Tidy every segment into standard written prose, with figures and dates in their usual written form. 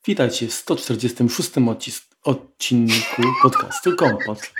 Witajcie w 146. odcinku podcastu Kompot.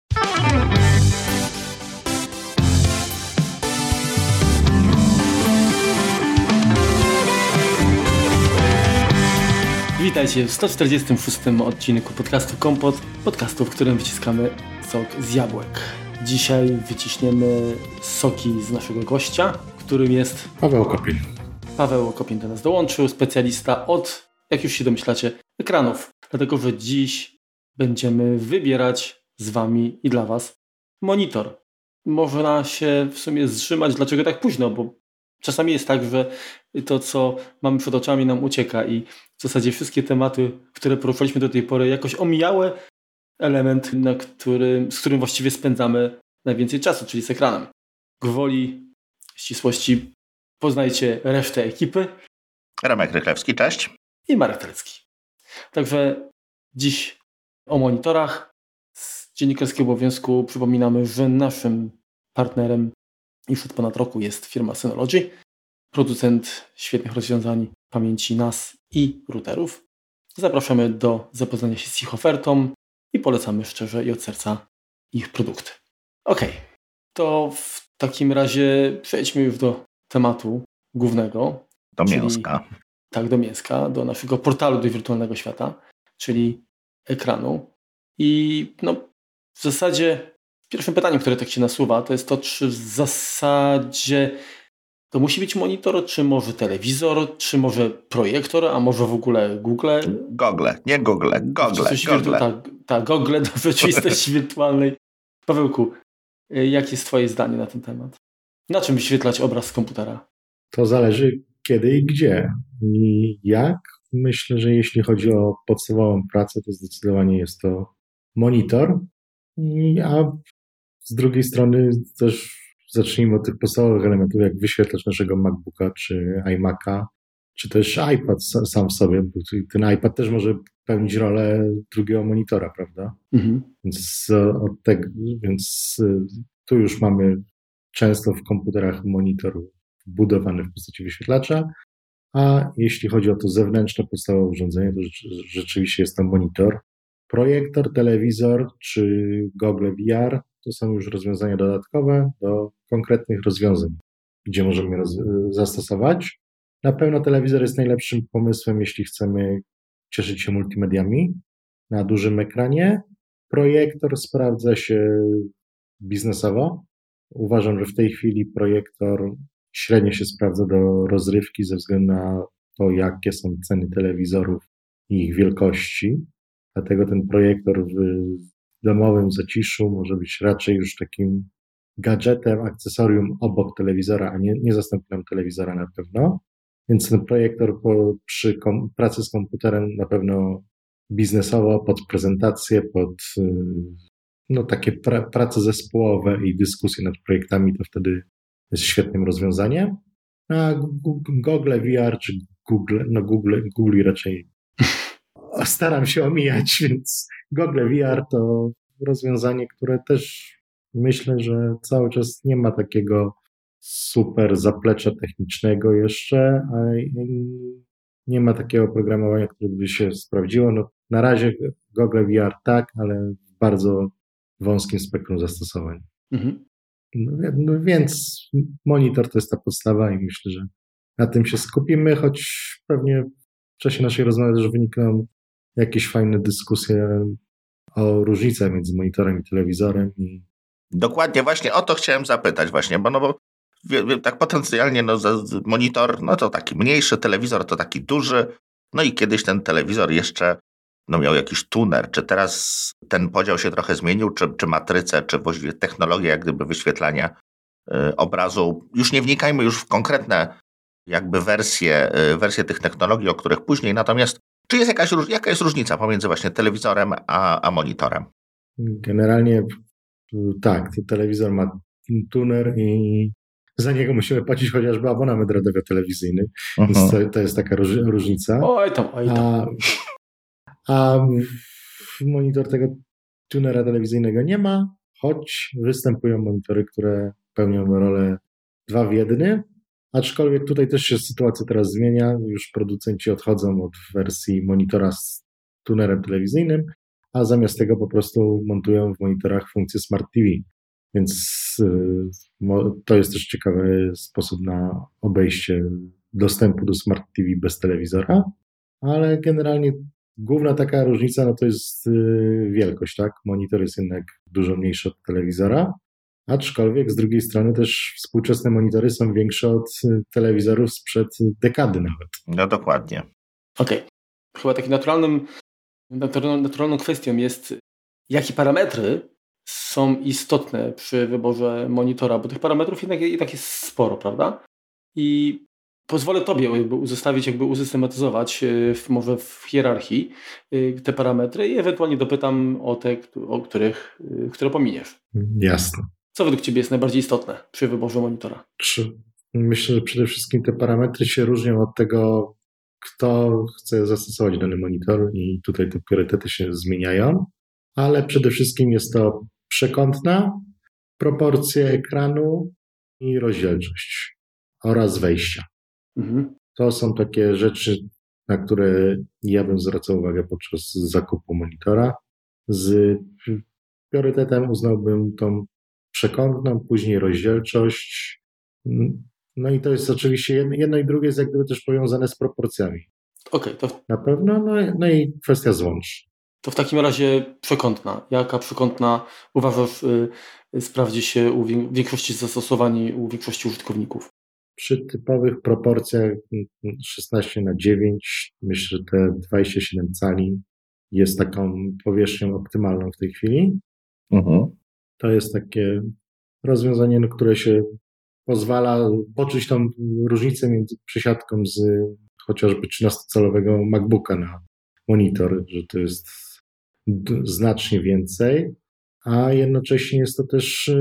Witajcie w 146. odcinku podcastu Kompot, podcastu, w którym wyciskamy sok z jabłek. Dzisiaj wyciśniemy soki z naszego gościa, którym jest Paweł Okopin. Paweł Okopin do nas dołączył, specjalista od, jak już się domyślacie, ekranów. Dlatego, że dziś będziemy wybierać z wami i dla was monitor. Można się w sumie zrzymać, dlaczego tak późno, bo czasami jest tak, że to, co mamy przed oczami, nam ucieka i w zasadzie wszystkie tematy, które poruszaliśmy do tej pory, jakoś omijały element, z którym właściwie spędzamy najwięcej czasu, czyli z ekranem. Gwoli ścisłości poznajcie resztę ekipy. Remek Rychlewski, cześć. I Marek Telecki. Także dziś o monitorach. Z dziennikarskiego obowiązku przypominamy, że naszym partnerem już od ponad roku jest firma Synology, producent świetnych rozwiązań pamięci NAS i routerów. Zapraszamy do zapoznania się z ich ofertą i polecamy szczerze i od serca ich produkty. Ok, to w takim razie przejdźmy już do tematu głównego. Do mięska. Tak, do mięska, do naszego portalu do wirtualnego świata, czyli ekranu. I w zasadzie pierwszym pytaniem, które tak się nasuwa, to jest to, czy w zasadzie to musi być monitor, czy może telewizor, czy może projektor, a może w ogóle Google? Nie Google, Google. Tak, Google do rzeczywistości wirtualnej. Pawełku, jakie jest twoje zdanie na ten temat? Na czym wyświetlać obraz z komputera? To zależy kiedy i gdzie. I jak? Myślę, że jeśli chodzi o podstawową pracę, to zdecydowanie jest to monitor. A z drugiej strony też zacznijmy od tych podstawowych elementów, jak wyświetlacz naszego MacBooka, czy iMac'a, czy też iPad sam w sobie, bo ten iPad też może pełnić rolę drugiego monitora, prawda? Mhm. Więc tu już mamy często w komputerach monitor wbudowany w postaci wyświetlacza, a jeśli chodzi o to zewnętrzne podstawowe urządzenie, to rzeczywiście jest to monitor. Projektor, telewizor czy gogle VR to są już rozwiązania dodatkowe do konkretnych rozwiązań, gdzie możemy je zastosować. Na pewno telewizor jest najlepszym pomysłem, jeśli chcemy cieszyć się multimediami na dużym ekranie. Projektor sprawdza się biznesowo. Uważam, że w tej chwili projektor średnio się sprawdza do rozrywki ze względu na to, jakie są ceny telewizorów i ich wielkości. Dlatego ten projektor w domowym zaciszu może być raczej już takim gadżetem, akcesorium obok telewizora, a nie zastępem telewizora na pewno. Więc ten projektor przy pracy z komputerem na pewno biznesowo, pod prezentację, pod takie prace zespołowe i dyskusje nad projektami, to wtedy jest świetnym rozwiązaniem. A Google VR czy Google raczej staram się omijać, więc Google VR to rozwiązanie, które też myślę, że cały czas nie ma takiego super zaplecza technicznego jeszcze, a nie ma takiego oprogramowania, które by się sprawdziło. Na razie Google VR tak, ale w bardzo wąskim spektrum zastosowań. Mhm. Więc monitor to jest ta podstawa i myślę, że na tym się skupimy, choć pewnie w czasie naszej rozmowy też wynikną jakieś fajne dyskusje o różnicach między monitorem i telewizorem. Dokładnie, właśnie o to chciałem zapytać właśnie, bo tak potencjalnie monitor, to taki mniejszy, telewizor to taki duży, i kiedyś ten telewizor jeszcze miał jakiś tuner. Czy teraz ten podział się trochę zmienił, czy matrycę, czy właściwie technologię jak gdyby wyświetlania obrazu? Już nie wnikajmy już w konkretne jakby wersje tych technologii, o których później, natomiast czy jest jaka jest różnica pomiędzy właśnie telewizorem a monitorem? Generalnie tak, telewizor ma tuner i za niego musimy płacić chociażby abonament radiowo-telewizyjny, więc to jest taka różnica. Oj tam. A monitor tego tunera telewizyjnego nie ma, choć występują monitory, które pełnią rolę 2 w 1. Aczkolwiek tutaj też się sytuacja teraz zmienia. Już producenci odchodzą od wersji monitora z tunerem telewizyjnym, a zamiast tego po prostu montują w monitorach funkcję Smart TV. Więc to jest też ciekawy sposób na obejście dostępu do Smart TV bez telewizora, ale generalnie główna taka różnica no to jest wielkość, tak? Monitor jest jednak dużo mniejszy od telewizora, aczkolwiek z drugiej strony też współczesne monitory są większe od telewizorów sprzed dekady nawet. No dokładnie. Okej. Chyba takim naturalną kwestią jest, jakie parametry są istotne przy wyborze monitora, bo tych parametrów jednak jest sporo, prawda? I pozwolę Tobie usystematyzować może w hierarchii te parametry i ewentualnie dopytam o te, które pominiesz. Jasne. Co według Ciebie jest najbardziej istotne przy wyborze monitora? Myślę, że przede wszystkim te parametry się różnią od tego, kto chce zastosować dany monitor i tutaj te priorytety się zmieniają, ale przede wszystkim jest to przekątna, proporcje ekranu i rozdzielczość oraz wejścia. Mhm. To są takie rzeczy, na które ja bym zwracał uwagę podczas zakupu monitora. Z priorytetem uznałbym tą przekątną, później rozdzielczość. No i to jest oczywiście jedno i drugie jest jak gdyby też powiązane z proporcjami. Okej, to na pewno, no i kwestia złącz. To w takim razie przekątna. Jaka przekątna uważasz sprawdzi się u większości zastosowań, u większości użytkowników? Przy typowych proporcjach 16:9 myślę, że te 27 cali jest taką powierzchnią optymalną w tej chwili. To jest takie rozwiązanie, które się pozwala poczuć tą różnicę między przesiadką z chociażby 13-calowego MacBooka na monitor, że to jest znacznie więcej, a jednocześnie jest to też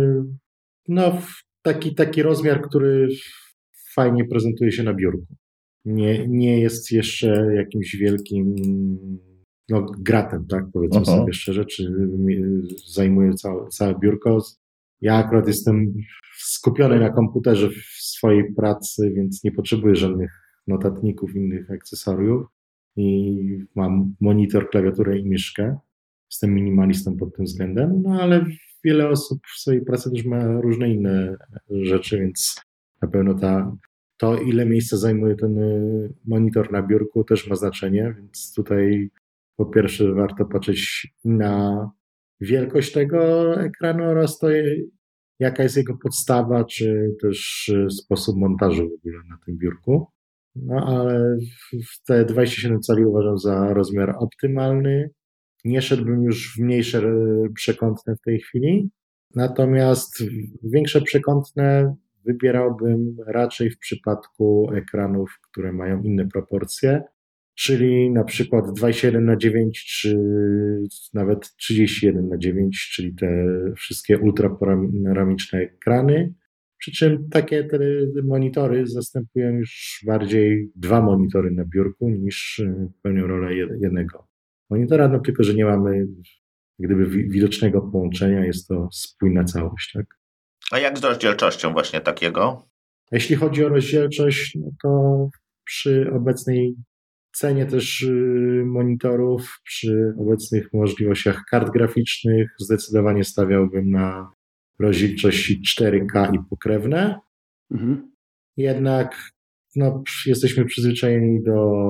taki rozmiar, który fajnie prezentuje się na biurku. Nie jest jeszcze jakimś wielkim gratem, tak, powiedzmy sobie szczerze, czy zajmuje całe biurko. Ja akurat jestem skupiony na komputerze w swojej pracy, więc nie potrzebuję żadnych notatników, innych akcesoriów i mam monitor, klawiaturę i myszkę. Jestem minimalistą pod tym względem, no ale wiele osób w swojej pracy też ma różne inne rzeczy, więc na pewno to, ile miejsca zajmuje ten monitor na biurku, też ma znaczenie, więc tutaj po pierwsze warto patrzeć na wielkość tego ekranu oraz to, jaka jest jego podstawa, czy też sposób montażu w ogóle na tym biurku. No ale te 27 cali uważam za rozmiar optymalny. Nie szedłbym już w mniejsze przekątne w tej chwili, natomiast większe przekątne wybierałbym raczej w przypadku ekranów, które mają inne proporcje, czyli na przykład 27:9 czy nawet 31:9, czyli te wszystkie ultrapanoramiczne ekrany. Przy czym takie te monitory zastępują już bardziej 2 monitory na biurku niż pełnią rolę jednego monitora, no tylko że nie mamy gdyby widocznego połączenia, jest to spójna całość, tak? A jak z rozdzielczością właśnie takiego? Jeśli chodzi o rozdzielczość, no to przy obecnej cenie też monitorów, przy obecnych możliwościach kart graficznych zdecydowanie stawiałbym na rozdzielczości 4K i pokrewne. Jednak jesteśmy przyzwyczajeni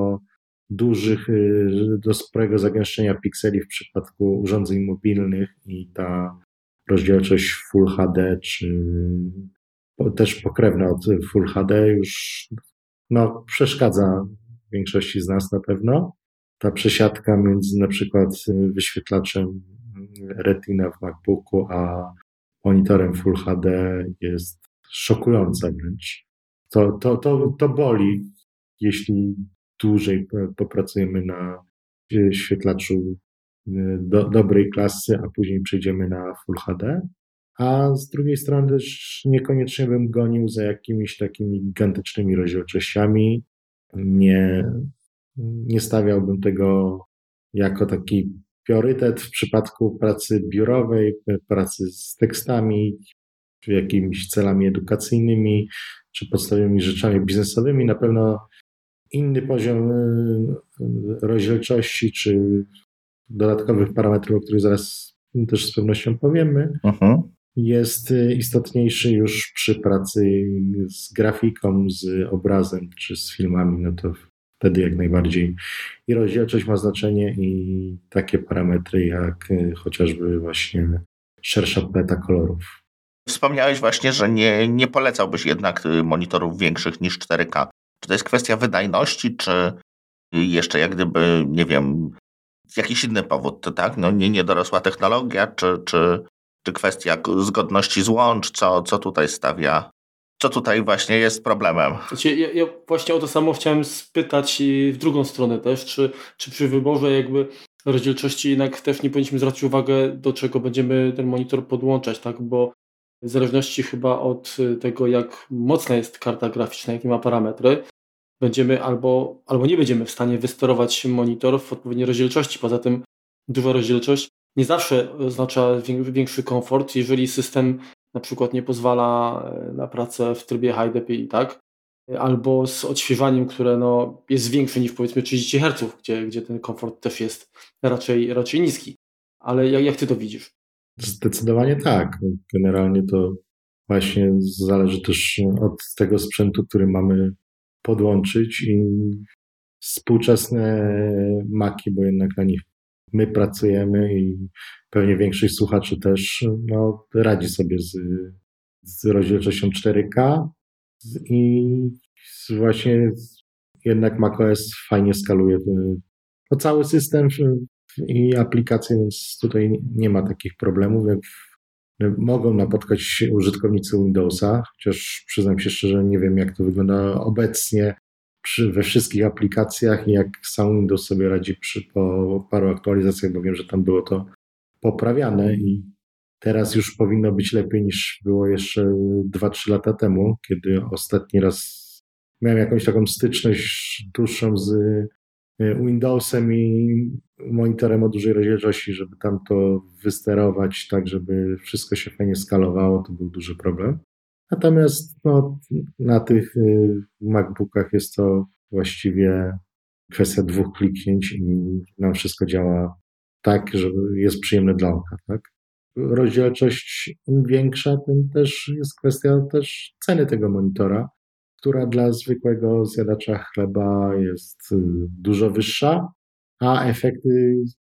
do sporego zagęszczenia pikseli w przypadku urządzeń mobilnych i ta rozdzielczość Full HD, czy też pokrewna od Full HD już przeszkadza większości z nas na pewno. Ta przesiadka między na przykład wyświetlaczem Retina w MacBooku a monitorem Full HD jest szokująca wręcz. To boli, jeśli dłużej popracujemy na wyświetlaczu dobrej klasy, a później przejdziemy na Full HD. A z drugiej strony też niekoniecznie bym gonił za jakimiś takimi gigantycznymi rozdzielczościami. Nie stawiałbym tego jako taki priorytet w przypadku pracy biurowej, pracy z tekstami, jakimiś celami edukacyjnymi. czy podstawowymi rzeczami biznesowymi. Na pewno inny poziom rozdzielczości, czy dodatkowych parametrów, o których zaraz też z pewnością powiemy, jest istotniejszy już przy pracy z grafiką, z obrazem, czy z filmami, no to wtedy jak najbardziej i rozdzielczość ma znaczenie i takie parametry jak chociażby właśnie szersza paleta kolorów. Wspomniałeś właśnie, że nie polecałbyś jednak monitorów większych niż 4K. Czy to jest kwestia wydajności, czy jeszcze jak gdyby, nie wiem, jakiś inny powód, tak? No niedorosła technologia, czy kwestia zgodności złącz, co tutaj stawia, co tutaj właśnie jest problemem? Ja właśnie o to samo chciałem spytać w drugą stronę też, czy przy wyborze jakby rozdzielczości jednak też nie powinniśmy zwracać uwagę, do czego będziemy ten monitor podłączać, tak? Bo w zależności chyba od tego, jak mocna jest karta graficzna, jakie ma parametry, będziemy albo nie będziemy w stanie wysterować monitor w odpowiedniej rozdzielczości. Poza tym duża rozdzielczość nie zawsze oznacza większy komfort, jeżeli system na przykład nie pozwala na pracę w trybie high DPI, tak? Albo z odświeżaniem, które jest większe niż powiedzmy 30 Hz, gdzie ten komfort też jest raczej niski. Ale jak ty to widzisz? Zdecydowanie tak. Generalnie to właśnie zależy też od tego sprzętu, który mamy podłączyć i współczesne Maci, bo jednak na nich my pracujemy i pewnie większość słuchaczy też radzi sobie z rozdzielczością 4K i właśnie jednak macOS fajnie skaluje cały system i aplikacje, więc tutaj nie ma takich problemów, jak mogą napotkać się użytkownicy Windowsa, chociaż przyznam się szczerze, nie wiem jak to wygląda obecnie we wszystkich aplikacjach i jak sam Windows sobie radzi po paru aktualizacjach, bo wiem, że tam było to poprawiane i teraz już powinno być lepiej niż było jeszcze 2-3 lata temu, kiedy ostatni raz miałem jakąś taką styczność dłuższą z Windowsem i monitorem o dużej rozdzielczości, żeby tam to wysterować tak, żeby wszystko się fajnie skalowało, to był duży problem. Natomiast na tych MacBookach jest to właściwie kwestia 2 kliknięć i nam wszystko działa tak, że jest przyjemne dla oka, tak? Rozdzielczość im większa, tym też jest kwestia też ceny tego monitora, która dla zwykłego zjadacza chleba jest dużo wyższa, a efekty,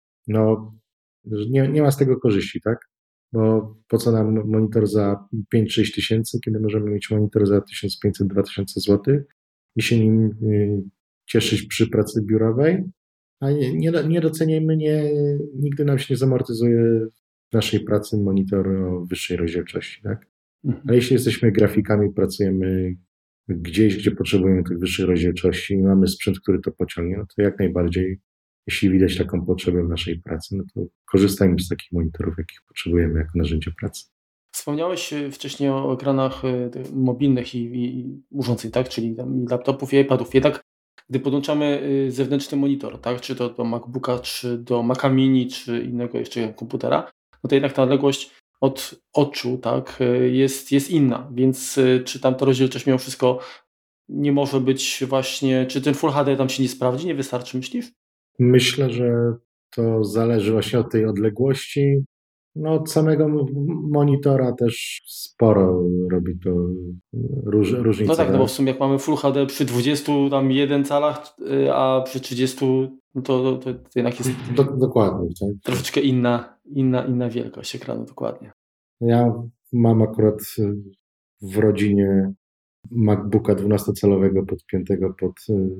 nie ma z tego korzyści, tak? Bo po co nam monitor za 5-6 tysięcy, kiedy możemy mieć monitor za 1500-2000 zł i się nim cieszyć przy pracy biurowej, a nie docenimy, nigdy nam się nie zamortyzuje w naszej pracy monitor o wyższej rozdzielczości, tak? Ale jeśli jesteśmy grafikami, pracujemy gdzieś, gdzie potrzebujemy tych wyższej rozdzielczości i mamy sprzęt, który to pociągnie, to jak najbardziej, jeśli widać taką potrzebę w naszej pracy, to korzystajmy z takich monitorów, jakich potrzebujemy jako narzędzie pracy. Wspomniałeś wcześniej o ekranach mobilnych i urządzeń, tak? Czyli i laptopów i iPadów. Jednak gdy podłączamy zewnętrzny monitor, tak? Czy to do MacBooka, czy do Maca Mini, czy innego jeszcze komputera, to jednak ta odległość od oczu, tak, jest inna, więc czy tam ta rozdzielczość mimo wszystko nie może być właśnie, czy ten Full HD tam się nie sprawdzi, nie wystarczy, myślisz? Myślę, że to zależy właśnie od tej odległości. Od samego monitora też sporo robi to różnicę. No tak, bo w sumie jak mamy Full HD przy 21 calach, a przy 30 to jednak jest dokładnie, tak? Troszeczkę inna wielkość ekranu, dokładnie. Ja mam akurat w rodzinie MacBooka 12-calowego podpiętego pod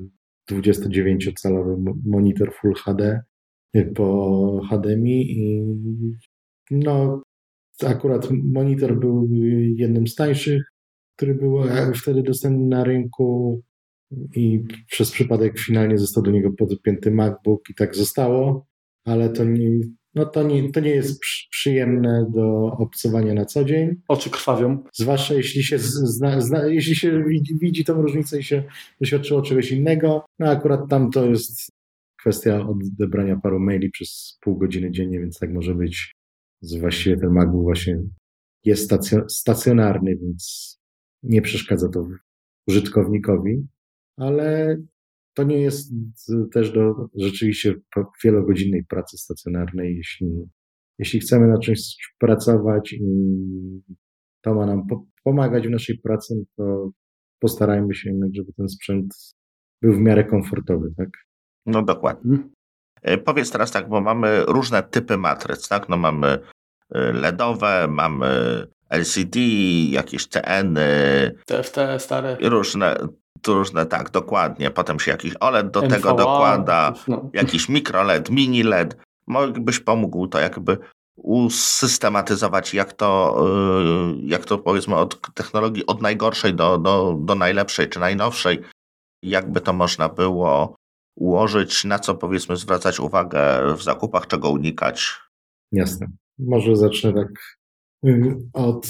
29-calowy monitor Full HD po HDMI i akurat monitor był jednym z tańszych, który był wtedy dostępny na rynku i przez przypadek finalnie został do niego podpięty MacBook i tak zostało, ale to nie jest przyjemne do obcowania na co dzień. Oczy krwawią. Zwłaszcza jeśli się jeśli się widzi tą różnicę i się doświadczyło czegoś innego. Akurat tam to jest kwestia odebrania paru maili przez pół godziny dziennie, więc tak może być. Właściwie ten MacBook właśnie jest stacjonarny, więc nie przeszkadza to użytkownikowi, ale to nie jest też do rzeczywiście wielogodzinnej pracy stacjonarnej. Jeśli chcemy na czymś pracować i to ma nam pomagać w naszej pracy, to postarajmy się jednak, żeby ten sprzęt był w miarę komfortowy, tak? No dokładnie. Powiedz teraz tak, bo mamy różne typy matryc, tak? No mamy LEDowe, mamy LCD, jakieś TN-y. TFT stare. Różne, tak, dokładnie. Potem się jakiś OLED do MVA, tego dokłada, jakiś mikro LED, mini LED. Mógłbyś pomógł to jakby usystematyzować, jak to powiedzmy od technologii od najgorszej do najlepszej czy najnowszej, jakby to można było ułożyć, na co powiedzmy zwracać uwagę w zakupach, czego unikać. Jasne. Może zacznę tak od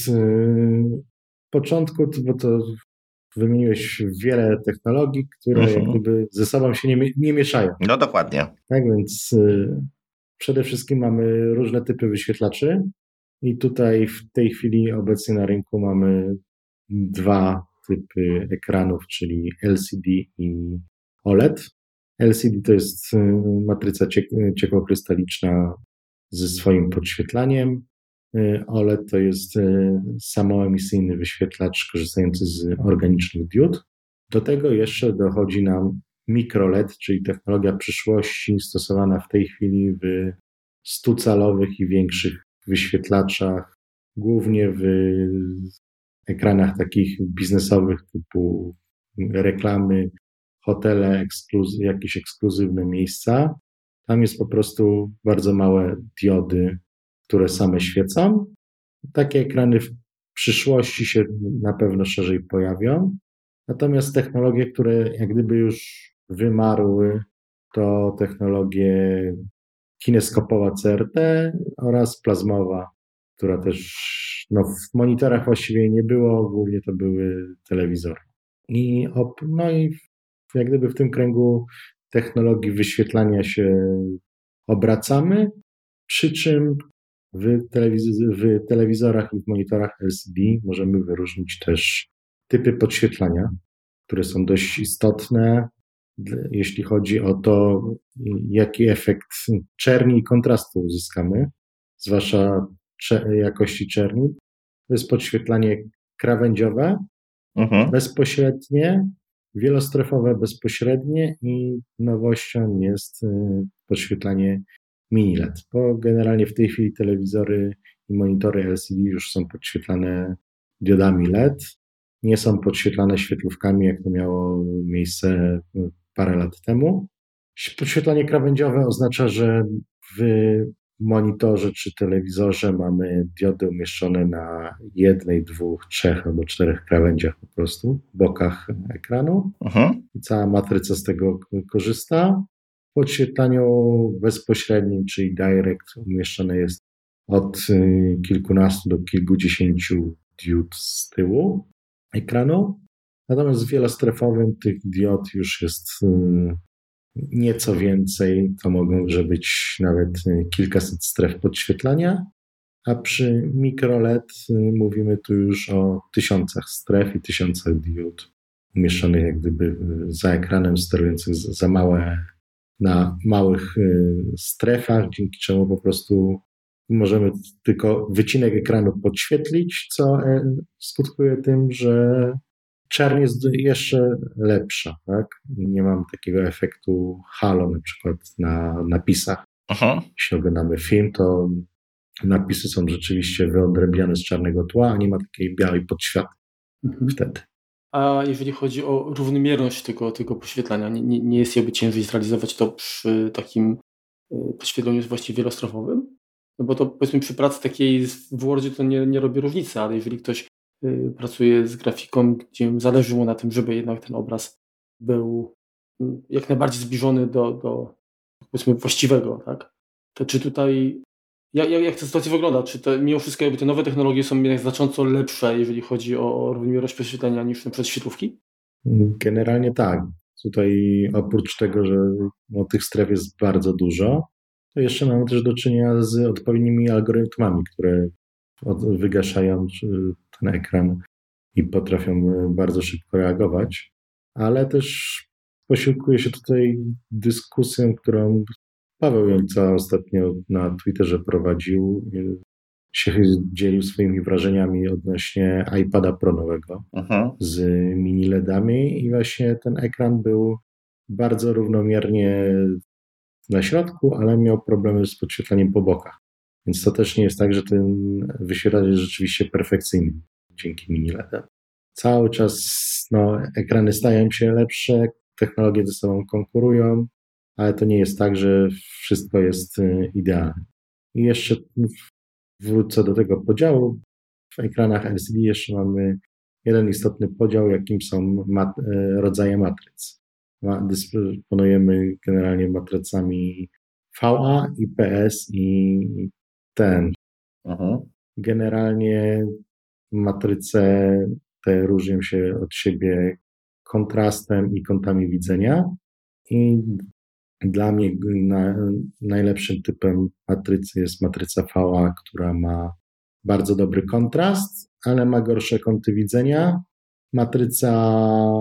początku, bo to wymieniłeś wiele technologii, które jak gdyby ze sobą się nie mieszają. No dokładnie. Tak więc przede wszystkim mamy różne typy wyświetlaczy i tutaj w tej chwili obecnie na rynku mamy 2 typy ekranów, czyli LCD i OLED. LCD to jest matryca ciekłokrystaliczna ze swoim podświetlaniem. OLED to jest samoemisyjny wyświetlacz korzystający z organicznych diod. Do tego jeszcze dochodzi nam microLED, czyli technologia przyszłości stosowana w tej chwili w 100-calowych i większych wyświetlaczach, głównie w ekranach takich biznesowych typu reklamy, hotele, jakieś ekskluzywne miejsca. Tam jest po prostu bardzo małe diody, które same świecą. Takie ekrany w przyszłości się na pewno szerzej pojawią. Natomiast technologie, które jak gdyby już wymarły, to technologie kineskopowa CRT oraz plazmowa, która też w monitorach właściwie nie było, głównie to były telewizory. I jak gdyby w tym kręgu technologii wyświetlania się obracamy, przy czym w telewizorach i w monitorach LCD możemy wyróżnić też typy podświetlania, które są dość istotne, jeśli chodzi o to, jaki efekt czerni i kontrastu uzyskamy, zwłaszcza jakości czerni. To jest podświetlanie krawędziowe, bezpośrednie, wielostrefowe bezpośrednie i nowością jest podświetlanie mini LED, bo generalnie w tej chwili telewizory i monitory LCD już są podświetlane diodami LED, nie są podświetlane świetlówkami, jak to miało miejsce parę lat temu. Podświetlanie krawędziowe oznacza, że w monitorze czy telewizorze mamy diody umieszczone na 1, 2, 3 albo 4 krawędziach po prostu, w bokach ekranu. I cała matryca z tego korzysta. W podświetlaniu bezpośrednim, czyli direct, umieszczone jest od kilkunastu do kilkudziesięciu diod z tyłu ekranu. Natomiast w wielostrefowym tych diod już jest nieco więcej. To może być nawet kilkaset stref podświetlania, a przy microLED mówimy tu już o 1000 stref i 1000 diod umieszczonych jak gdyby za ekranem, sterujących na małych strefach, dzięki czemu po prostu możemy tylko wycinek ekranu podświetlić, co skutkuje tym, że czerń jest jeszcze lepsza, tak? Nie mam takiego efektu halo na przykład na napisach. Jeśli oglądamy film, to napisy są rzeczywiście wyodrębnione z czarnego tła, a nie ma takiej białej podświatki wtedy. A jeżeli chodzi o równomierność tego podświetlania, nie jest jakby ciężej zrealizować to przy takim podświetleniu właśnie wielostrefowym? No bo to powiedzmy przy pracy takiej w Wordzie to nie robi różnicy, ale jeżeli ktoś pracuje z grafiką, gdzie zależy mu na tym, żeby jednak ten obraz był jak najbardziej zbliżony do powiedzmy właściwego, tak? To czy tutaj jak ta sytuacja wygląda? Czy to mimo wszystko jakby te nowe technologie są jednak znacząco lepsze, jeżeli chodzi o równomierność podświetlenia niż na przykład świetlówki? Generalnie tak. Tutaj oprócz tego, że tych stref jest bardzo dużo, to jeszcze mamy też do czynienia z odpowiednimi algorytmami, które wygaszają ten ekran i potrafią bardzo szybko reagować, ale też posiłkuje się tutaj dyskusją, którą Paweł Jońca ostatnio na Twitterze prowadził, się dzielił swoimi wrażeniami odnośnie iPada Pro nowego z mini LEDami i właśnie ten ekran był bardzo równomiernie na środku, ale miał problemy z podświetlaniem po bokach. Więc to też nie jest tak, że ten wyświetlacz jest rzeczywiście perfekcyjny dzięki mini LEDem. Cały czas ekrany stają się lepsze, technologie ze sobą konkurują, ale to nie jest tak, że wszystko jest idealne. I jeszcze wrócę do tego podziału. W ekranach LCD jeszcze mamy jeden istotny podział, jakim są rodzaje matryc. Dysponujemy generalnie matrycami VA, IPS i TN. Generalnie matryce te różnią się od siebie kontrastem i kątami widzenia i dla mnie najlepszym typem matrycy jest matryca VA, która ma bardzo dobry kontrast, ale ma gorsze kąty widzenia. Matryca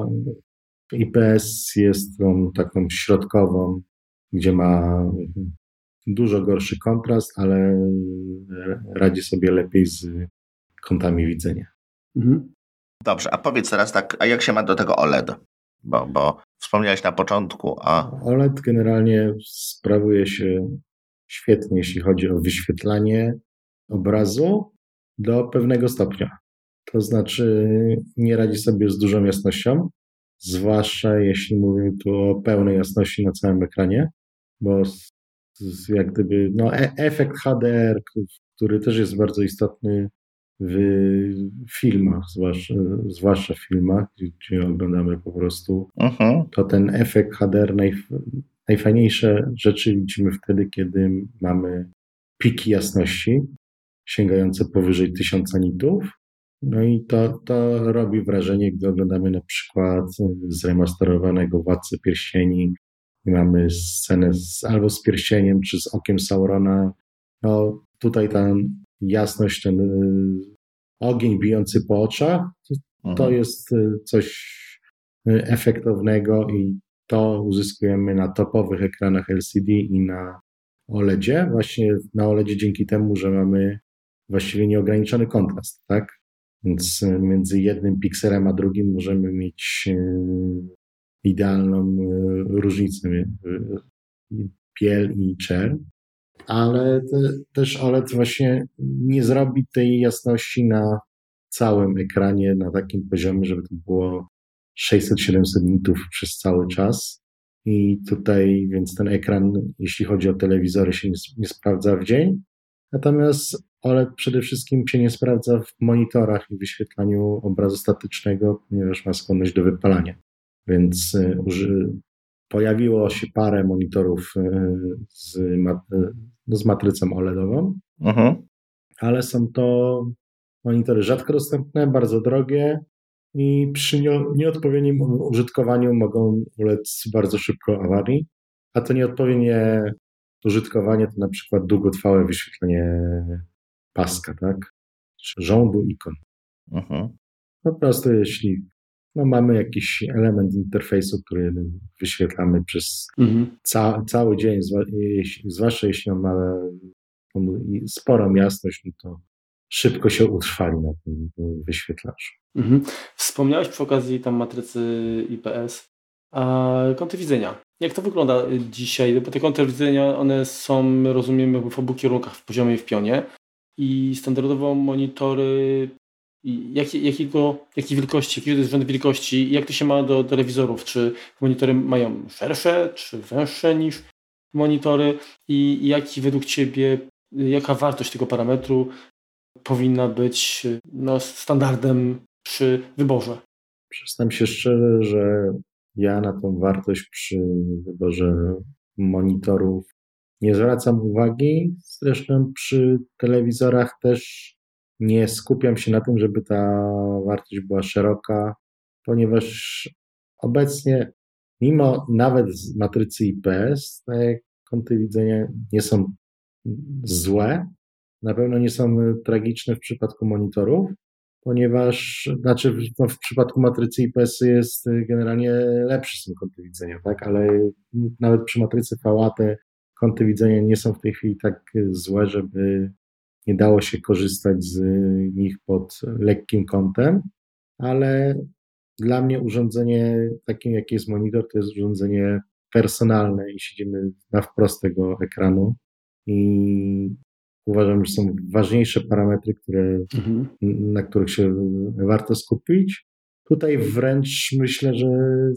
IPS jest tą taką środkową, gdzie ma dużo gorszy kontrast, ale radzi sobie lepiej z kątami widzenia. Dobrze, a powiedz teraz tak, a jak się ma do tego OLED? Bo wspomniałeś na początku, OLED generalnie sprawuje się świetnie, jeśli chodzi o wyświetlanie obrazu do pewnego stopnia. To znaczy nie radzi sobie z dużą jasnością, zwłaszcza jeśli mówimy tu o pełnej jasności na całym ekranie, bo jak gdyby efekt HDR, który też jest bardzo istotny w filmach, zwłaszcza w filmach, gdzie oglądamy po prostu, to ten efekt HDR, najfajniejsze rzeczy widzimy wtedy, kiedy mamy piki jasności sięgające powyżej 1000 nitów. No i to robi wrażenie, gdy oglądamy na przykład zremasterowanego Władcę Pierścieni i mamy scenę albo z pierścieniem, czy z okiem Saurona. No tutaj ta jasność, ten ogień bijący po oczach, to jest coś efektownego i to uzyskujemy na topowych ekranach LCD i na OLEDzie. Właśnie na OLEDzie dzięki temu, że mamy właściwie nieograniczony kontrast, tak? Więc między jednym pikselem a drugim możemy mieć idealną różnicę biel i czerń, ale też OLED właśnie nie zrobi tej jasności na całym ekranie na takim poziomie, żeby to było 600-700 nitów przez cały czas. I tutaj więc ten ekran, jeśli chodzi o telewizory, się nie sprawdza w dzień. Natomiast OLED przede wszystkim się nie sprawdza w monitorach i wyświetlaniu obrazu statycznego, ponieważ ma skłonność do wypalania. Więc pojawiło się parę monitorów z matrycą OLEDową, ale są to monitory rzadko dostępne, bardzo drogie i przy nieodpowiednim użytkowaniu mogą ulec bardzo szybko awarii, a to nieodpowiednie użytkowanie to na przykład długotrwałe wyświetlenie paska, tak? Czy rządu ikon. Po prostu jeśli mamy jakiś element interfejsu, który wyświetlamy przez cały dzień, zwłaszcza jeśli on ma sporą jasność, no to szybko się utrwali na tym wyświetlaczu. Wspomniałeś przy okazji tam matrycy IPS, a kąty widzenia. Jak to wygląda dzisiaj? Bo te kąty widzenia, one są, rozumiem, jakby w obu kierunkach, w poziomie i w pionie. I standardowo monitory, jakiej wielkości, jaki to jest rzęd wielkości, jak to się ma do telewizorów? Czy monitory mają szersze, czy węższe niż monitory? I jaki według Ciebie, jaka wartość tego parametru powinna być standardem przy wyborze? Przyznam się szczerze, że ja na tą wartość przy wyborze monitorów nie zwracam uwagi. Zresztą przy telewizorach też nie skupiam się na tym, żeby ta wartość była szeroka, ponieważ obecnie, mimo nawet z matrycy IPS, te kąty widzenia nie są złe, na pewno nie są tragiczne w przypadku monitorów, ponieważ w przypadku matrycy IPS jest generalnie lepszy są kąty widzenia, tak? Ale nawet przy matrycy VA te kąty widzenia nie są w tej chwili tak złe, żeby nie dało się korzystać z nich pod lekkim kątem, ale dla mnie urządzenie takim, jakie jest monitor, to jest urządzenie personalne i siedzimy na wprost tego ekranu i uważam, że są ważniejsze parametry, na których się warto skupić. Tutaj wręcz myślę, że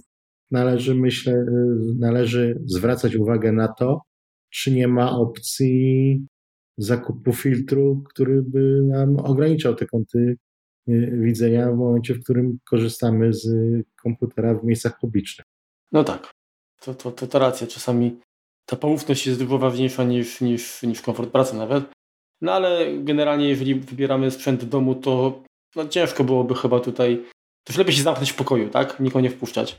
należy zwracać uwagę na to, czy nie ma opcji zakupu filtru, który by nam ograniczał te kąty widzenia w momencie, w którym korzystamy z komputera w miejscach publicznych. No tak, to racja. Czasami ta poufność jest dużo ważniejsza niż komfort pracy nawet. No ale generalnie jeżeli wybieramy sprzęt do domu, to ciężko byłoby chyba tutaj. To już lepiej się zamknąć w pokoju, tak? Nikogo nie wpuszczać.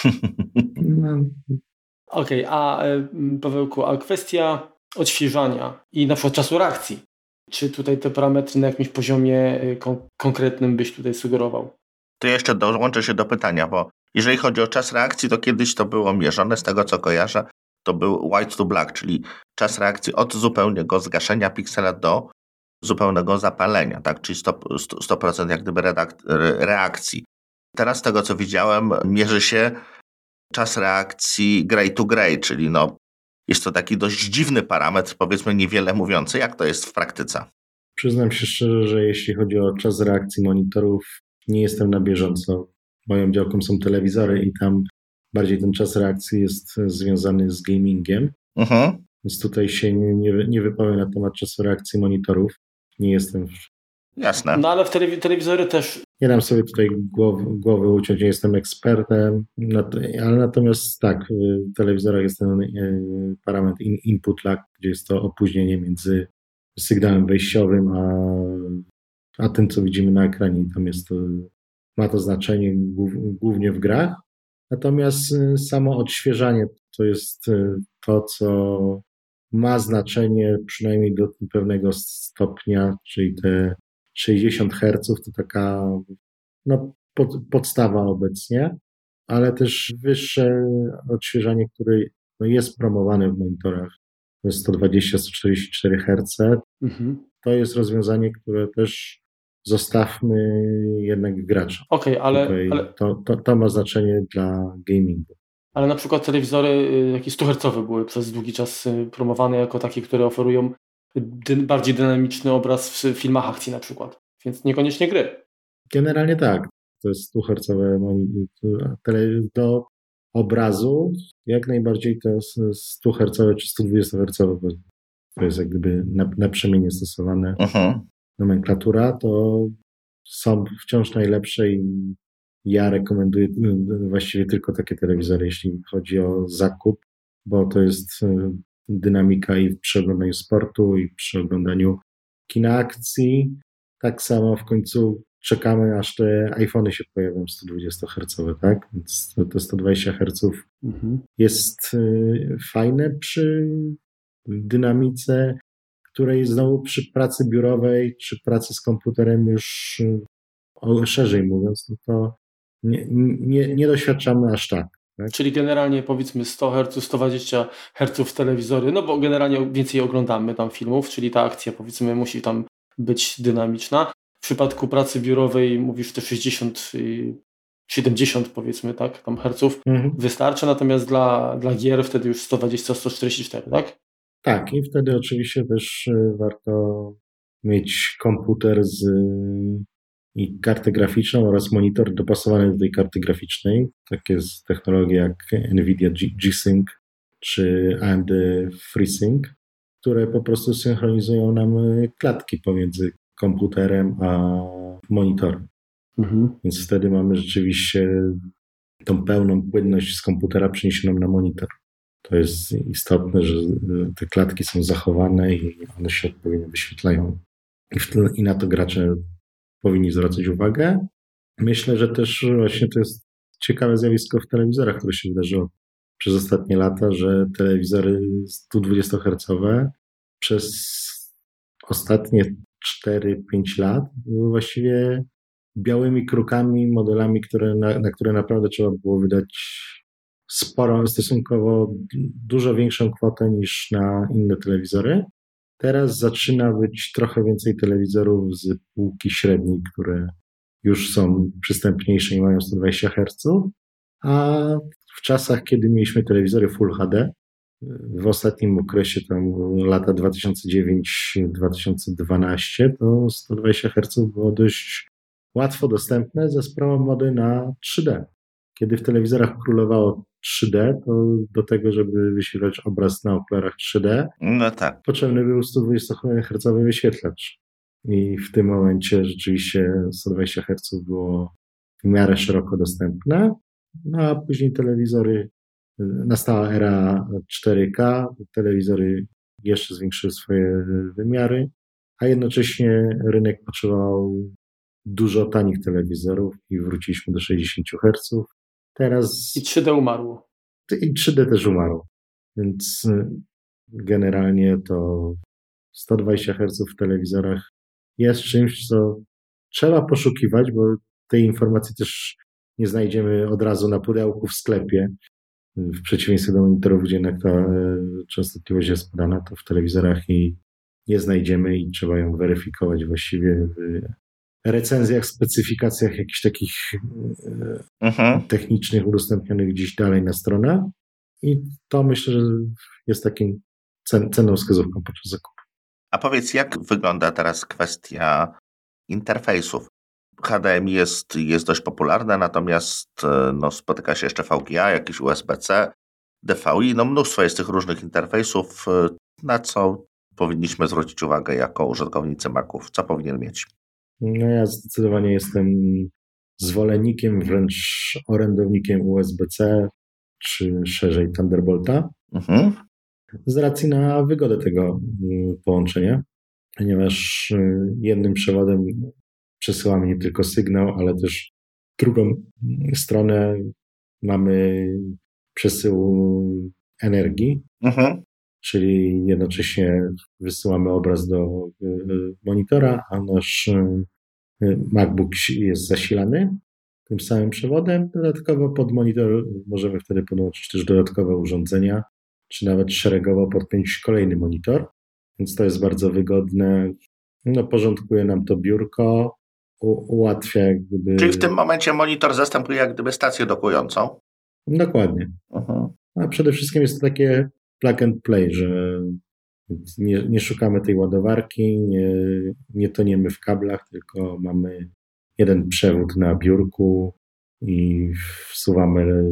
Okej, a Pawełku, a kwestia odświeżania i na przykład czasu reakcji. Czy tutaj te parametry na jakimś poziomie konkretnym byś tutaj sugerował? To jeszcze dołączę się do pytania, bo jeżeli chodzi o czas reakcji, to kiedyś to było mierzone, z tego co kojarzę, to był white to black, czyli czas reakcji od zupełnego zgaszenia piksela do zupełnego zapalenia, tak? Czyli 100% jak gdyby reakcji. Teraz z tego co widziałem, mierzy się czas reakcji gray to gray, czyli jest to taki dość dziwny parametr, powiedzmy niewiele mówiący. Jak to jest w praktyce? Przyznam się szczerze, że jeśli chodzi o czas reakcji monitorów, nie jestem na bieżąco. Moją działką są telewizory i tam bardziej ten czas reakcji jest związany z gamingiem. Więc tutaj się nie wypowiem na temat czasu reakcji monitorów. Nie jestem... Jasne. No ale w telewizory też... Nie dam sobie tutaj głowy uciąć, nie jestem ekspertem, ale natomiast tak, w telewizorach jest ten parametr input lag, gdzie jest to opóźnienie między sygnałem wejściowym a tym, co widzimy na ekranie. Tam ma to znaczenie głównie w grach. Natomiast samo odświeżanie to jest to, co ma znaczenie przynajmniej do pewnego stopnia, czyli te 60 Hz to taka podstawa obecnie, ale też wyższe odświeżanie, które jest promowane w monitorach, to jest 120-144 Hz. To jest rozwiązanie, które też zostawmy jednak gracza. Okej, ale to ma znaczenie dla gamingu. Ale na przykład telewizory jakieś 100 Hz były przez długi czas promowane jako takie, które oferują bardziej dynamiczny obraz w filmach akcji na przykład. Więc niekoniecznie gry. Generalnie tak. To jest 100 Hz do obrazu. Jak najbardziej to jest 100 Hz czy 120 Hz. To jest jak gdyby naprzemiennie stosowane nomenklatura. To są wciąż najlepsze i ja rekomenduję właściwie tylko takie telewizory, jeśli chodzi o zakup, bo to jest dynamika i przy oglądaniu sportu, i przy oglądaniu kina akcji. Tak samo w końcu czekamy, aż te iPhony się pojawią 120 Hz, tak? Więc te 120 Hz jest fajne przy dynamice, której znowu przy pracy biurowej, czy pracy z komputerem już szerzej mówiąc, to nie doświadczamy aż tak. Czyli generalnie powiedzmy 100 Hz, 120 Hz w telewizory, no bo generalnie więcej oglądamy tam filmów, czyli ta akcja powiedzmy musi tam być dynamiczna. W przypadku pracy biurowej mówisz te 60, 70 powiedzmy, tak, tam herców wystarczy, natomiast dla gier wtedy już 120, 144, tak? Tak, i wtedy oczywiście też warto mieć komputer i kartę graficzną oraz monitor dopasowany do tej karty graficznej. Takie jest technologie jak NVIDIA G-Sync czy AMD FreeSync, które po prostu synchronizują nam klatki pomiędzy komputerem a monitorem. Więc wtedy mamy rzeczywiście tą pełną płynność z komputera przeniesioną na monitor. To jest istotne, że te klatki są zachowane i one się odpowiednio wyświetlają. I na to gracze powinni zwracać uwagę. Myślę, że też właśnie to jest ciekawe zjawisko w telewizorach, które się wydarzyło przez ostatnie lata, że telewizory 120 Hz przez ostatnie 4-5 lat były właściwie białymi krukami, modelami, na które naprawdę trzeba było wydać stosunkowo dużo większą kwotę niż na inne telewizory. Teraz zaczyna być trochę więcej telewizorów z półki średniej, które już są przystępniejsze i mają 120 Hz, a w czasach, kiedy mieliśmy telewizory Full HD, w ostatnim okresie, tam lata 2009-2012, to 120 Hz było dość łatwo dostępne za sprawą mody na 3D. Kiedy w telewizorach królowało 3D, to do tego, żeby wyświetlać obraz na okularach 3D, no tak, potrzebny był 120 Hz wyświetlacz. I w tym momencie rzeczywiście 120 Hz było w miarę szeroko dostępne, no a później telewizory, nastała era 4K, telewizory jeszcze zwiększyły swoje wymiary, a jednocześnie rynek potrzebował dużo tanich telewizorów i wróciliśmy do 60 Hz. Teraz... I 3D umarło. I 3D też umarło. Więc generalnie to 120 Hz w telewizorach jest czymś, co trzeba poszukiwać, bo tej informacji też nie znajdziemy od razu na pudełku w sklepie. W przeciwieństwie do monitorów, gdzie jednak ta częstotliwość jest podana, to w telewizorach jej nie znajdziemy i trzeba ją weryfikować właściwie w recenzjach, specyfikacjach jakichś takich technicznych udostępnionych gdzieś dalej na stronę. I to myślę, że jest takim cenną wskazówką podczas zakupu. A powiedz, jak wygląda teraz kwestia interfejsów? HDMI jest dość popularne, natomiast spotyka się jeszcze VGA, jakiś USB-C, DVI, mnóstwo jest tych różnych interfejsów. Na co powinniśmy zwrócić uwagę jako użytkownicy Maców? Co powinien mieć? No ja zdecydowanie jestem zwolennikiem, wręcz orędownikiem USB-C, czy szerzej Thunderbolta, z racji na wygodę tego połączenia, ponieważ jednym przewodem przesyłamy nie tylko sygnał, ale też drugą stronę mamy przesyłu energii, czyli jednocześnie wysyłamy obraz do monitora, a nasz MacBook jest zasilany tym samym przewodem. Dodatkowo pod monitor możemy wtedy podłączyć też dodatkowe urządzenia, czy nawet szeregowo podpiąć kolejny monitor, więc to jest bardzo wygodne. Porządkuje nam to biurko, ułatwia jak gdyby... Czyli w tym momencie monitor zastępuje jak gdyby stację dokującą? Dokładnie. A przede wszystkim jest to takie plug and play, że nie szukamy tej ładowarki, nie toniemy w kablach, tylko mamy jeden przewód na biurku i wsuwamy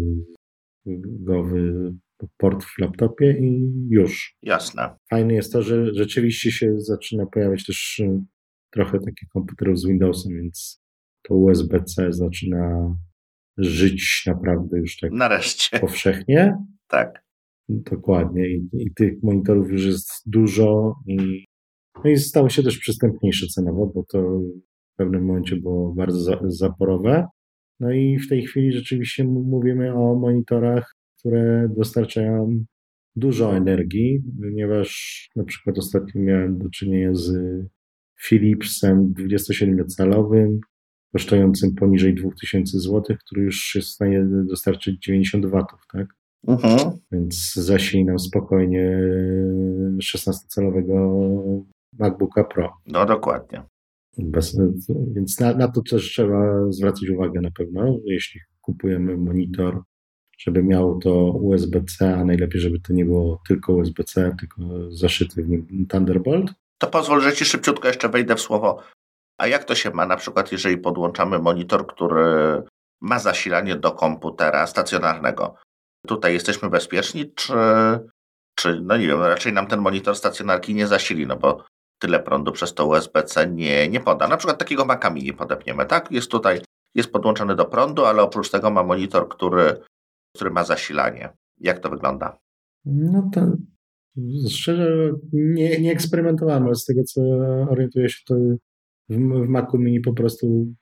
go w port w laptopie i już. Jasne. Fajne jest to, że rzeczywiście się zaczyna pojawiać też trochę takich komputerów z Windowsem, więc to USB-C zaczyna żyć naprawdę już tak nareszcie powszechnie. Tak. Dokładnie. I tych monitorów już jest dużo i stało się też przystępniejsze cenowo, bo to w pewnym momencie było bardzo zaporowe. No i w tej chwili rzeczywiście mówimy o monitorach, które dostarczają dużo energii, ponieważ na przykład ostatnio miałem do czynienia z Philipsem 27-calowym, kosztującym poniżej 2000 zł, który już jest w stanie dostarczyć 90 W, tak? Więc zasili nam spokojnie 16-calowego MacBooka Pro. No dokładnie. Więc na to też trzeba zwracać uwagę na pewno, jeśli kupujemy monitor, żeby miał to USB-C, a najlepiej, żeby to nie było tylko USB-C, tylko zaszyty w nim Thunderbolt. To pozwól, że ci szybciutko jeszcze wejdę w słowo. A jak to się ma na przykład, jeżeli podłączamy monitor, który ma zasilanie do komputera stacjonarnego? Tutaj jesteśmy bezpieczni, czy no nie wiem, raczej nam ten monitor stacjonarki nie zasili, no bo tyle prądu przez to USB-C nie poda. Na przykład takiego Maca Mini podepniemy, tak? Jest podłączony do prądu, ale oprócz tego ma monitor, który ma zasilanie. Jak to wygląda? No to szczerze nie eksperymentowałem, ale z tego co orientuję się, to w Macu Mini po prostu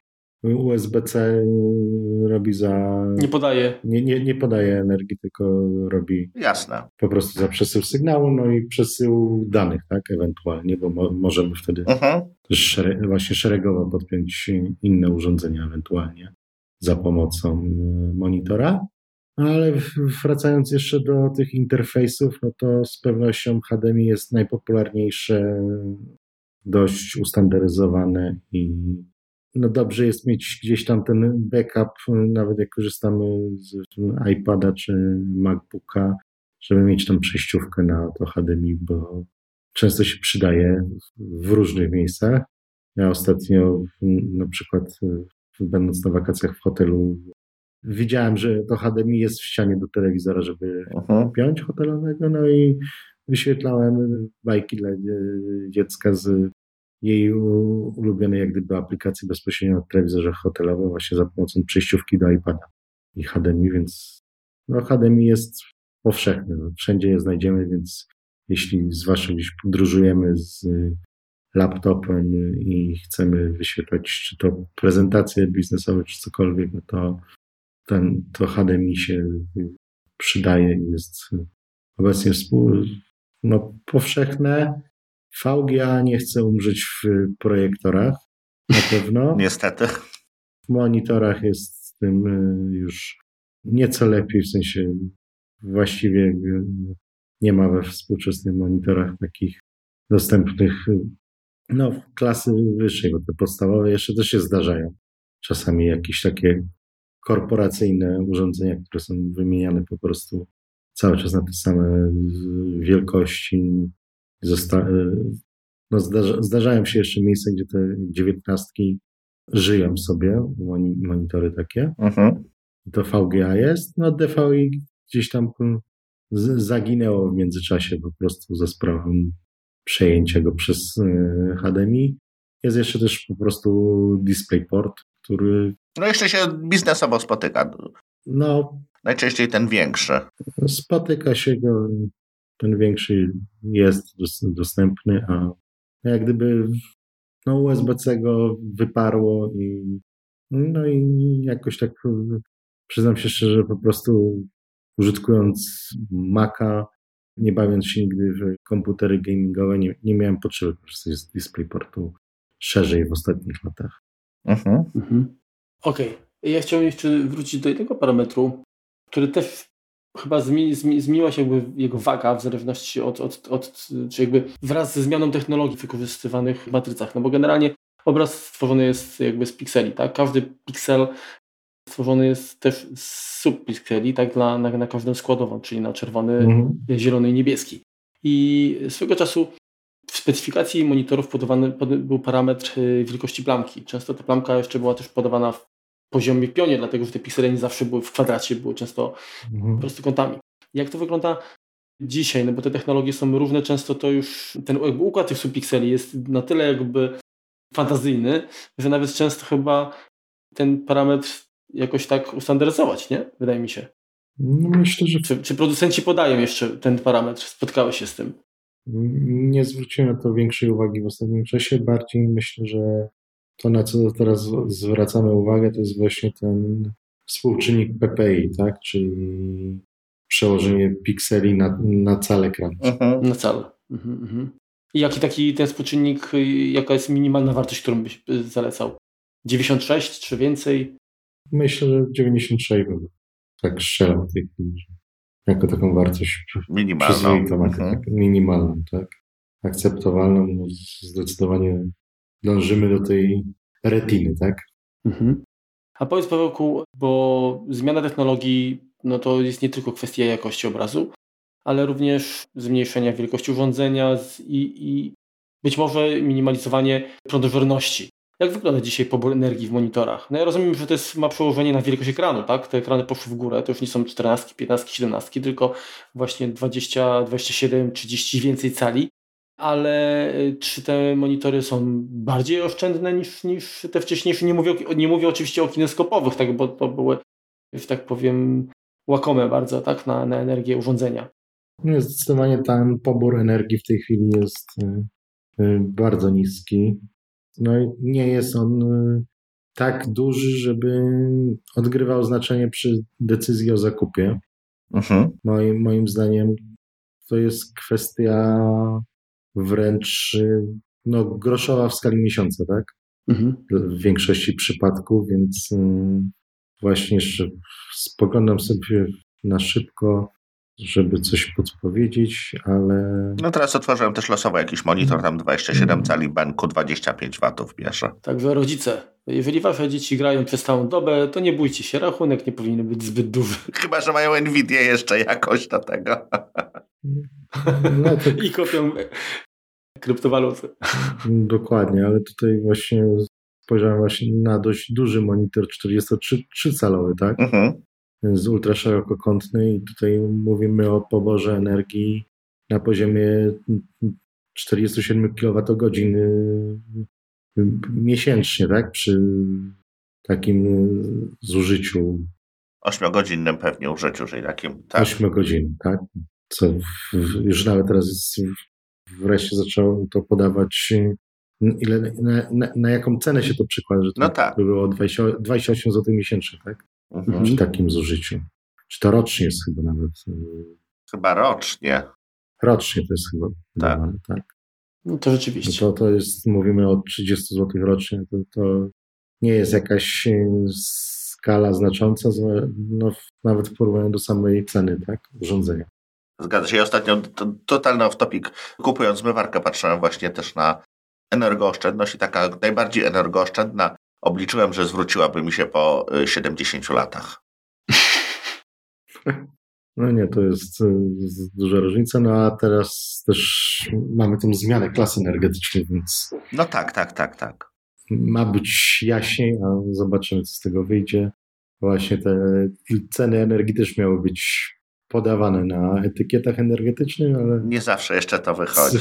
USB-C robi za... Nie podaje. Nie podaje energii, tylko robi... Jasne. Po prostu za przesył sygnału, no i przesył danych, tak, ewentualnie, bo możemy wtedy też właśnie szeregowo podpiąć inne urządzenia ewentualnie za pomocą monitora. No ale wracając jeszcze do tych interfejsów, no to z pewnością HDMI jest najpopularniejsze, dość ustandaryzowane i no dobrze jest mieć gdzieś tam ten backup, nawet jak korzystamy z iPada czy MacBooka, żeby mieć tam przejściówkę na to HDMI, bo często się przydaje w różnych miejscach. Ja ostatnio na przykład będąc na wakacjach w hotelu widziałem, że to HDMI jest w ścianie do telewizora, żeby piąć hotelowego, no i wyświetlałem bajki dla dziecka z jej ulubionej jak gdyby aplikacji bezpośrednio na telewizorze hotelowym właśnie za pomocą przejściówki do iPada i HDMI, więc no HDMI jest powszechny, no, wszędzie je znajdziemy, więc jeśli zwłaszcza gdzieś podróżujemy z laptopem i chcemy wyświetlać czy to prezentacje biznesowe, czy cokolwiek, no to HDMI się przydaje i jest obecnie powszechne. VGA nie chce umrzeć w projektorach, na pewno. Niestety. W monitorach jest z tym już nieco lepiej, w sensie właściwie nie ma we współczesnych monitorach takich dostępnych klasy wyższej, bo te podstawowe jeszcze też się zdarzają. Czasami jakieś takie korporacyjne urządzenia, które są wymieniane po prostu cały czas na te same wielkości. Zdarzają się jeszcze miejsca, gdzie te 19 żyją sobie, monitory takie. To VGA jest. No DVI gdzieś tam zaginęło w międzyczasie po prostu za sprawą przejęcia go przez HDMI. Jest jeszcze też po prostu DisplayPort, który... No jeszcze się biznesowo spotyka. No. Najczęściej ten większy. Spotyka się go, ten większy jest dostępny, a jak gdyby USB-C go wyparło i jakoś tak przyznam się szczerze, po prostu użytkując Maca, nie bawiąc się nigdy w komputery gamingowe, nie miałem potrzeby korzystać z DisplayPortu szerzej w ostatnich latach. Okej. Ja chciałem jeszcze wrócić do jednego parametru, który też chyba zmieniła się jakby jego waga w zależności czy jakby wraz ze zmianą technologii wykorzystywanych w matrycach. No bo generalnie obraz stworzony jest jakby z pikseli, tak? Każdy piksel stworzony jest też z subpikseli, tak? Na każdą składową, czyli na czerwony, zielony i niebieski. I swego czasu w specyfikacji monitorów podawany był parametr wielkości plamki. Często ta plamka jeszcze była też podawana w poziomie pionie, dlatego że te piksele nie zawsze były w kwadracie, były często prostokątami. Jak to wygląda dzisiaj? No bo te technologie są różne, często to już ten jakby układ tych subpikseli jest na tyle jakby fantazyjny, że nawet często chyba ten parametr jakoś tak ustandaryzować, nie? Wydaje mi się. No myślę, że... Czy producenci podają jeszcze ten parametr? Spotkały się z tym? Nie zwróciłem na to większej uwagi w ostatnim czasie. Bardziej myślę, że to, na co teraz zwracamy uwagę, to jest właśnie ten współczynnik PPI, tak? Czyli przełożenie pikseli na cal ekranu. Na cal. I jaki taki ten współczynnik, jaka jest minimalna wartość, którą byś zalecał? 96 czy więcej? Myślę, że 96 bym tak strzelam w tej chwili, jako taką wartość minimalną. Minimalną, tak? Akceptowalną, no zdecydowanie dążymy do tej retiny, tak? A powiedz, Pawełku, bo zmiana technologii, no to jest nie tylko kwestia jakości obrazu, ale również zmniejszenia wielkości urządzenia i być może minimalizowanie prądożerności. Jak wygląda dzisiaj pobór energii w monitorach? No ja rozumiem, że to ma przełożenie na wielkość ekranu, tak? Te ekrany poszły w górę, to już nie są 14, 15, 17, tylko właśnie 20, 27, 30 więcej cali. Ale czy te monitory są bardziej oszczędne niż te wcześniejsze? Nie mówię oczywiście o kineskopowych, tak, bo to były, że tak powiem, łakome bardzo, tak, na energię urządzenia. No zdecydowanie ten pobór energii w tej chwili jest bardzo niski. No i nie jest on tak duży, żeby odgrywał znaczenie przy decyzji o zakupie. Moim zdaniem to jest kwestia wręcz groszowa w skali miesiąca, tak? W większości przypadków, więc właśnie spoglądam sobie na szybko, żeby coś podpowiedzieć, ale... No teraz otworzyłem też losowo jakiś monitor, tam 27 cali banku, 25 watów bierze. Tak, wy rodzice, jeżeli wasze dzieci grają przez całą dobę, to nie bójcie się, rachunek nie powinien być zbyt duży. Chyba że mają Nvidię jeszcze jakoś do tego. No to... I kopią kryptowaluty. Dokładnie, ale tutaj właśnie spojrzałem właśnie na dość duży monitor 43-calowy, tak? Z ultraszerokokątny i tutaj mówimy o poborze energii na poziomie 47 kWh miesięcznie, tak? Przy takim zużyciu. 8-godzinnym pewnie użyciu, czyli takim. Tak. 8 godzin, tak? Co już nawet teraz wreszcie zaczęło to podawać, na jaką cenę się to przekłada, że to no tak. by było 28 zł miesięcznie, tak? Przy takim zużyciu. Czy to rocznie jest chyba nawet? Chyba rocznie. Rocznie to jest chyba. Tak. Tak. No to rzeczywiście. No to jest, mówimy o 30 zł rocznie, to nie jest jakaś skala znacząca, no, nawet w porównaniu do samej ceny, tak? Urządzenia. Zgadza się. Ostatnio totalny off-topic. Kupując zmywarkę patrzyłem właśnie też na energooszczędność i taka najbardziej energooszczędna obliczyłem, że zwróciłaby mi się po 70 latach. No nie, to jest duża różnica, no a teraz też mamy tą zmianę klasy energetycznej, więc... No tak. Ma być jaśniej, a zobaczymy, co z tego wyjdzie. Właśnie te ceny energii też miały być podawane na etykietach energetycznych, ale... Nie zawsze jeszcze to wychodzi.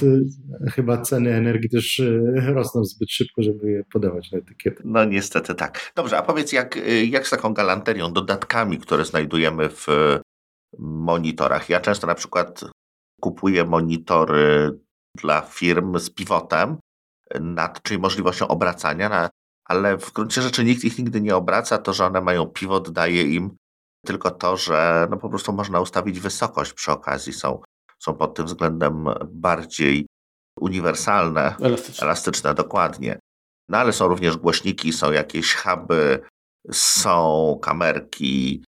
Chyba ceny energii też rosną zbyt szybko, żeby je podawać na etykietę. No niestety tak. Dobrze, a powiedz jak z taką galanterią, dodatkami, które znajdujemy w monitorach. Ja często na przykład kupuję monitory dla firm z pivotem, czyli możliwością obracania, ale w gruncie rzeczy nikt ich nigdy nie obraca. To, że one mają pivot, daje im tylko to, że no po prostu można ustawić wysokość przy okazji. Są pod tym względem bardziej uniwersalne, elastyczne, dokładnie. No ale są również głośniki, są jakieś huby, są kamerki,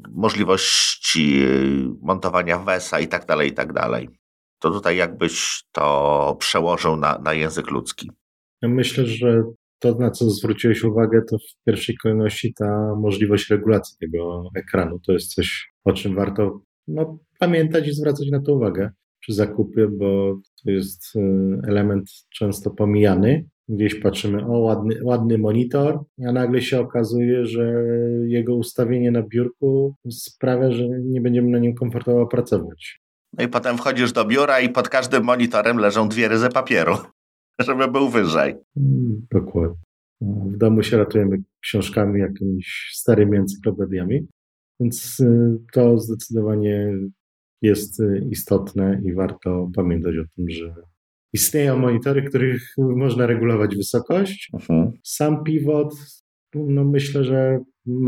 możliwości montowania WES-a i tak dalej. To tutaj jakbyś to przełożył na język ludzki. Ja myślę, że to, na co zwróciłeś uwagę, to w pierwszej kolejności ta możliwość regulacji tego ekranu. To jest coś, o czym warto pamiętać i zwracać na to uwagę przy zakupie, bo to jest element często pomijany. Gdzieś patrzymy, ładny monitor, a nagle się okazuje, że jego ustawienie na biurku sprawia, że nie będziemy na nim komfortowo pracować. No i potem wchodzisz do biura i pod każdym monitorem leżą 2 ryzy papieru, żeby był wyżej. Dokładnie. W domu się ratujemy książkami, jakimiś starymi encyklopediami, więc to zdecydowanie jest istotne i warto pamiętać o tym, że istnieją monitory, których można regulować wysokość. Sam pivot, myślę, że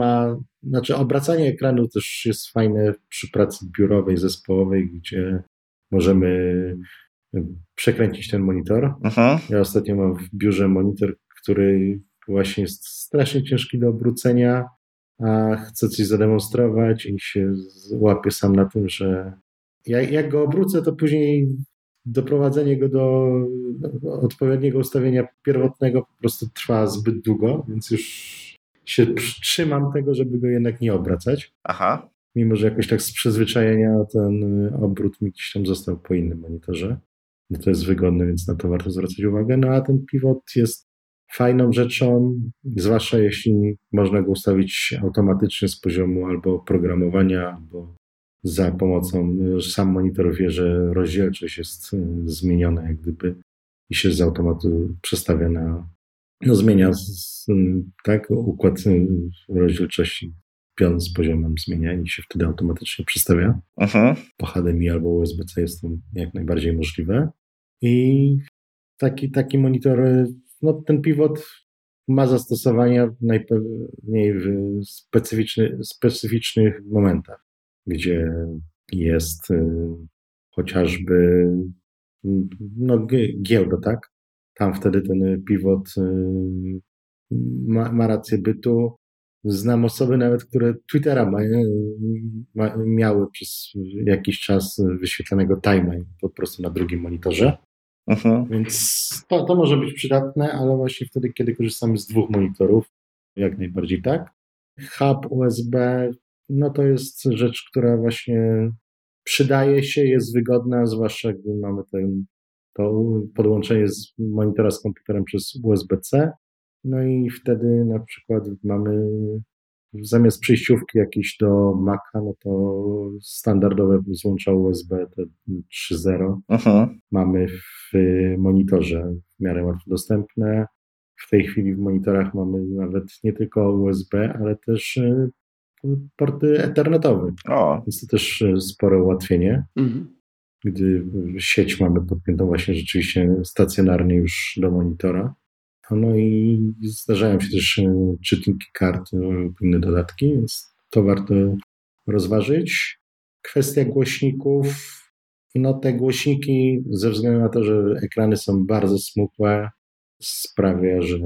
obracanie ekranu też jest fajne przy pracy biurowej, zespołowej, gdzie możemy przekręcić ten monitor. Ja ostatnio mam w biurze monitor, który właśnie jest strasznie ciężki do obrócenia, a chcę coś zademonstrować i się łapię sam na tym, że jak go obrócę, to później doprowadzenie go do odpowiedniego ustawienia pierwotnego po prostu trwa zbyt długo, więc już się trzymam tego, żeby go jednak nie obracać. Aha. Mimo że jakoś tak z przyzwyczajenia ten obrót mi gdzieś tam został po innym monitorze. To jest wygodne, więc na to warto zwracać uwagę. No a ten pivot jest fajną rzeczą, zwłaszcza jeśli można go ustawić automatycznie z poziomu albo oprogramowania, albo za pomocą, sam monitor wie, że rozdzielczość jest zmieniona jak gdyby i się z automatu przestawia zmienia układ rozdzielczości pion z poziomem zmienia i się wtedy automatycznie przestawia. Po HDMI albo USB-C jest to jak najbardziej możliwe. I taki monitor, ten pivot ma zastosowania najpewniej w specyficznych momentach, gdzie jest chociażby giełda, tak? Tam wtedy ten pivot ma rację bytu. Znam osoby nawet, które Twittera miały przez jakiś czas wyświetlanego timeline po prostu na drugim monitorze. Więc to może być przydatne, ale właśnie wtedy, kiedy korzystamy z 2 monitorów, jak najbardziej tak. Hub USB, no to jest rzecz, która właśnie przydaje się, jest wygodna, zwłaszcza gdy mamy to podłączenie z monitora z komputerem przez USB-C. No i wtedy na przykład mamy zamiast przejściówki jakiejś do Maca, no to standardowe złącza USB te 3.0. Mamy w monitorze w miarę łatwo dostępne. W tej chwili w monitorach mamy nawet nie tylko USB, ale też porty ethernetowe. Więc to też spore ułatwienie. Gdy sieć mamy podpiętą właśnie rzeczywiście stacjonarnie już do monitora. No i zdarzają się też czytniki kart lub inne dodatki, więc to warto rozważyć. Kwestia głośników. No te głośniki ze względu na to, że ekrany są bardzo smukłe, sprawia, że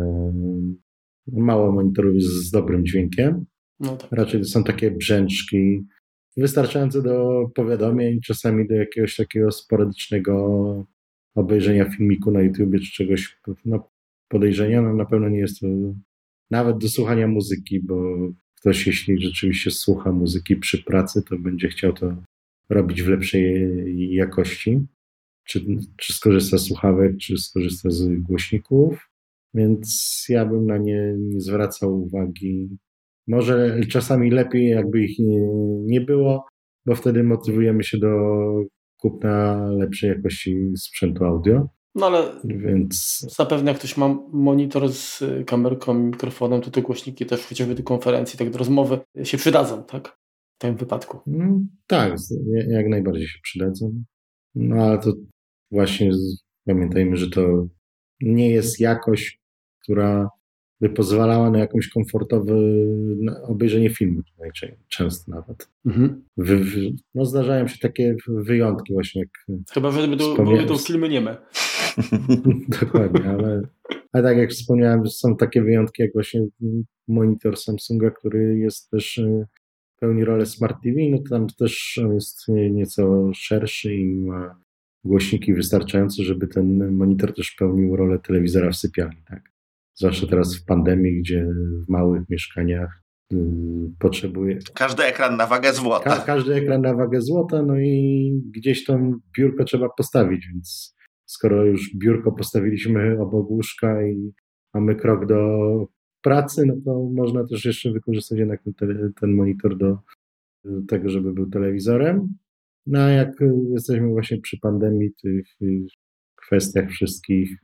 mało monitorów jest z dobrym dźwiękiem. No tak. Raczej to są takie brzęczki wystarczające do powiadomień, czasami do jakiegoś takiego sporadycznego obejrzenia filmiku na YouTubie czy czegoś podejrzenia. No na pewno nie jest to nawet do słuchania muzyki, bo ktoś, jeśli rzeczywiście słucha muzyki przy pracy, to będzie chciał to robić w lepszej jakości. Czy skorzysta z słuchawek, czy skorzysta z głośników. Więc ja bym na nie zwracał uwagi. Może czasami lepiej, jakby ich nie było, bo wtedy motywujemy się do kupna lepszej jakości sprzętu audio. No ale zapewne jak ktoś ma monitor z kamerką i mikrofonem, to te głośniki też chociażby do konferencji, tak do rozmowy się przydadzą, tak? W tym wypadku. Tak, jak najbardziej się przydadzą. No ale to właśnie pamiętajmy, że to nie jest jakość, która by pozwalała na jakąś komfortowe obejrzenie filmu, często nawet. No zdarzają się takie wyjątki właśnie, jak chyba, że były to filmy nieme. Dokładnie, ale tak jak wspomniałem, są takie wyjątki jak właśnie monitor Samsunga, który jest też pełni rolę Smart TV, no to tam też on jest nieco szerszy i ma głośniki wystarczające, żeby ten monitor też pełnił rolę telewizora w sypialni, tak? Zwłaszcza teraz w pandemii, gdzie w małych mieszkaniach potrzebuje... Każdy ekran na wagę złota. Każdy ekran na wagę złota, no i gdzieś to biurko trzeba postawić, więc skoro już biurko postawiliśmy obok łóżka i mamy krok do pracy, no to można też jeszcze wykorzystać jednak ten monitor do tego, żeby był telewizorem. No a jak jesteśmy właśnie przy pandemii, tych kwestiach wszystkich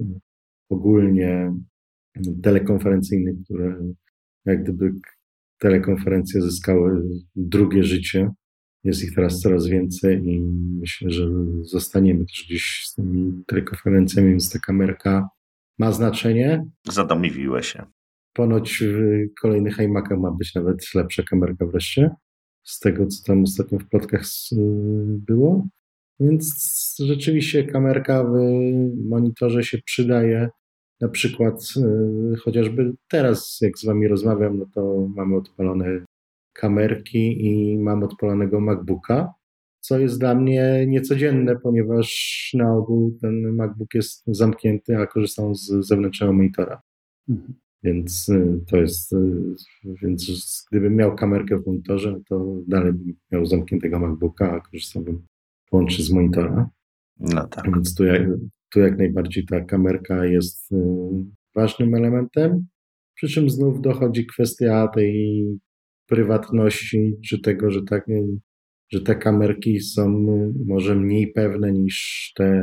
ogólnie telekonferencyjnych, które jak gdyby telekonferencje zyskały drugie życie. Jest ich teraz coraz więcej i myślę, że zostaniemy też gdzieś z tymi telekonferencjami, więc ta kamerka ma znaczenie. Zadomowiłe się. Ponoć w kolejnych iMacach ma być nawet lepsza kamerka wreszcie. Z tego, co tam ostatnio w plotkach było. Więc rzeczywiście kamerka w monitorze się przydaje. Na przykład chociażby teraz, jak z wami rozmawiam, no to mamy odpalone kamerki i mam odpalonego MacBooka, co jest dla mnie niecodzienne, ponieważ na ogół ten MacBook jest zamknięty, a korzystam z zewnętrznego monitora. Więc to jest, więc gdybym miał kamerkę w monitorze, no to dalej bym miał zamkniętego MacBooka, a korzystałbym łącznie z monitora. No tak. Więc tu jak najbardziej ta kamerka jest ważnym elementem. Przy czym znów dochodzi kwestia tej prywatności, czy tego, że te kamerki są może mniej pewne niż te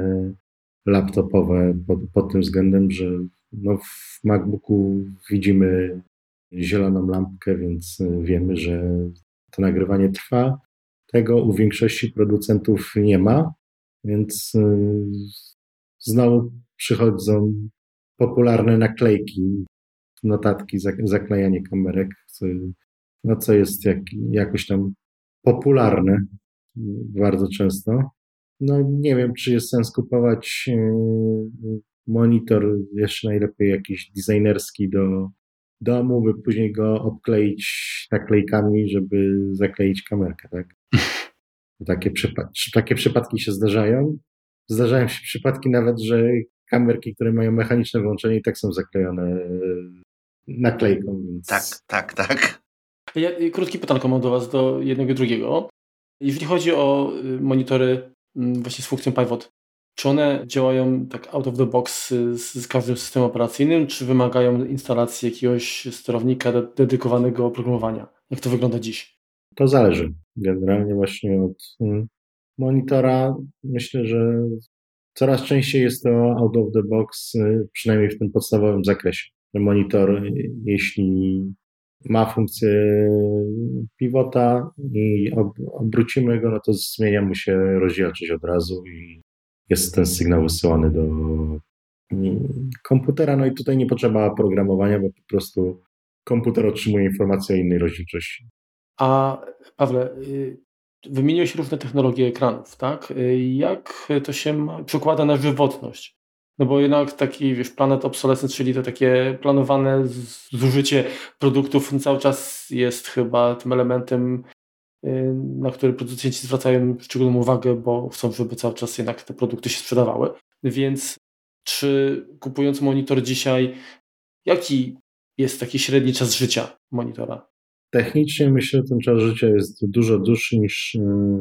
laptopowe pod tym względem, że no w MacBooku widzimy zieloną lampkę, więc wiemy, że to nagrywanie trwa. Tego u większości producentów nie ma, więc znowu przychodzą popularne naklejki notatki, zaklejanie kamerek, co jest jakoś tam popularne bardzo często. No nie wiem, czy jest sens kupować monitor jeszcze najlepiej jakiś designerski do domu, by później go obkleić naklejkami, żeby zakleić kamerkę, tak? Takie przypadki się zdarzają. Zdarzają się przypadki nawet, że kamerki, które mają mechaniczne wyłączenie i tak są zaklejone naklejką, więc... Tak. Krótkie pytanko mam do Was, do jednego i drugiego. Jeżeli chodzi o monitory właśnie z funkcją Pivot, czy one działają tak out of the box z każdym systemem operacyjnym, czy wymagają instalacji jakiegoś sterownika dedykowanego oprogramowania? Jak to wygląda dziś? To zależy generalnie właśnie od monitora. Myślę, że coraz częściej jest to out of the box, przynajmniej w tym podstawowym zakresie. Monitor, jeśli ma funkcję pivota i obrócimy go, no to zmienia mu się rozdzielczość od razu i jest ten sygnał wysyłany do komputera. No i tutaj nie potrzeba programowania, bo po prostu komputer otrzymuje informację o innej rozdzielczości. A Pawle, wymieniłeś różne technologie ekranów, tak? Jak to się przekłada na żywotność? No bo jednak taki, planned obsolescence, czyli to takie planowane zużycie produktów cały czas jest chyba tym elementem, na który producenci zwracają szczególną uwagę, bo chcą, żeby cały czas jednak te produkty się sprzedawały. Więc czy kupując monitor dzisiaj, jaki jest taki średni czas życia monitora? Technicznie myślę, że ten czas życia jest dużo dłuższy niż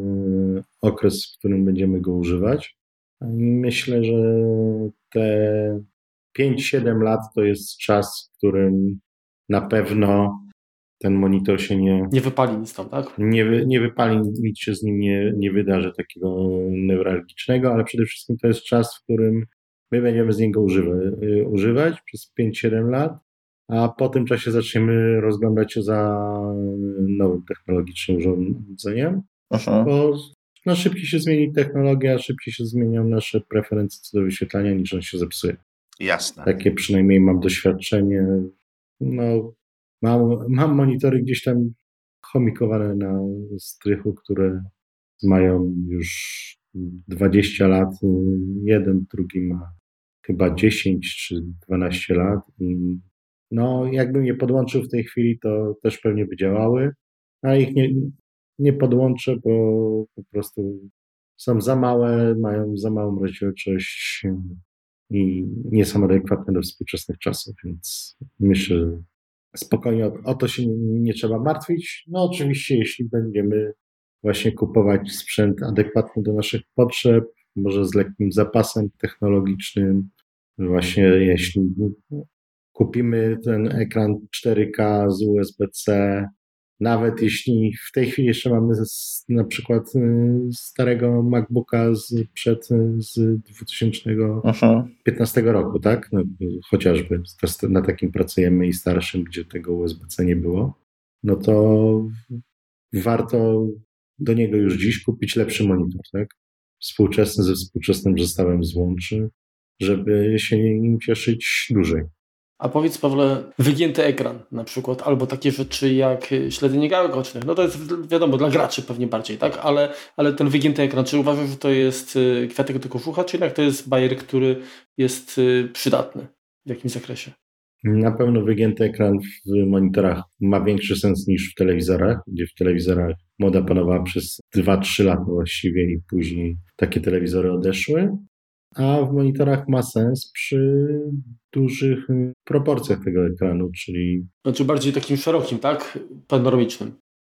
okres, w którym będziemy go używać. I myślę, że te 5-7 lat to jest czas, w którym na pewno ten monitor się nie wypali nic tam, tak? Nie wypali, nic się z nim nie wydarzy takiego newralgicznego, ale przede wszystkim to jest czas, w którym my będziemy z niego używać przez 5-7 lat, a po tym czasie zaczniemy rozglądać się za nowym technologicznym urządzeniem, bo szybciej się zmieni technologia, szybciej się zmienią nasze preferencje co do wyświetlania, niż on się zepsuje. Jasne. Takie przynajmniej mam doświadczenie. No, mam monitory gdzieś tam chomikowane na strychu, które mają już 20 lat. Jeden, drugi ma chyba 10 czy 12 lat. I no, jakbym je podłączył w tej chwili, to też pewnie by działały, a ich nie podłączę, bo po prostu są za małe, mają za małą rozdzielczość i nie są adekwatne do współczesnych czasów, więc myślę, że spokojnie o to się nie trzeba martwić. No oczywiście, jeśli będziemy właśnie kupować sprzęt adekwatny do naszych potrzeb, może z lekkim zapasem technologicznym, właśnie jeśli kupimy ten ekran 4K z USB-C, nawet jeśli w tej chwili jeszcze mamy na przykład starego MacBooka z 2015 roku, tak? No, chociażby na takim pracujemy i starszym, gdzie tego USB-C nie było, no to warto do niego już dziś kupić lepszy monitor, tak? Współczesny ze współczesnym zestawem złączy, żeby się nim cieszyć dłużej. A powiedz, Pawle, wygięty ekran na przykład, albo takie rzeczy jak śledzenie gałek ocznych, no to jest wiadomo, dla graczy pewnie bardziej, tak? Ale ten wygięty ekran, czy uważasz, że to jest kwiatek do kożucha, czy jednak to jest bajer, który jest przydatny w jakimś zakresie? Na pewno wygięty ekran w monitorach ma większy sens niż w telewizorach, gdzie w telewizorach moda panowała przez 2-3 lata właściwie i później takie telewizory odeszły. A w monitorach ma sens przy dużych proporcjach tego ekranu, czyli... Znaczy bardziej takim szerokim, tak? Panoramicznym.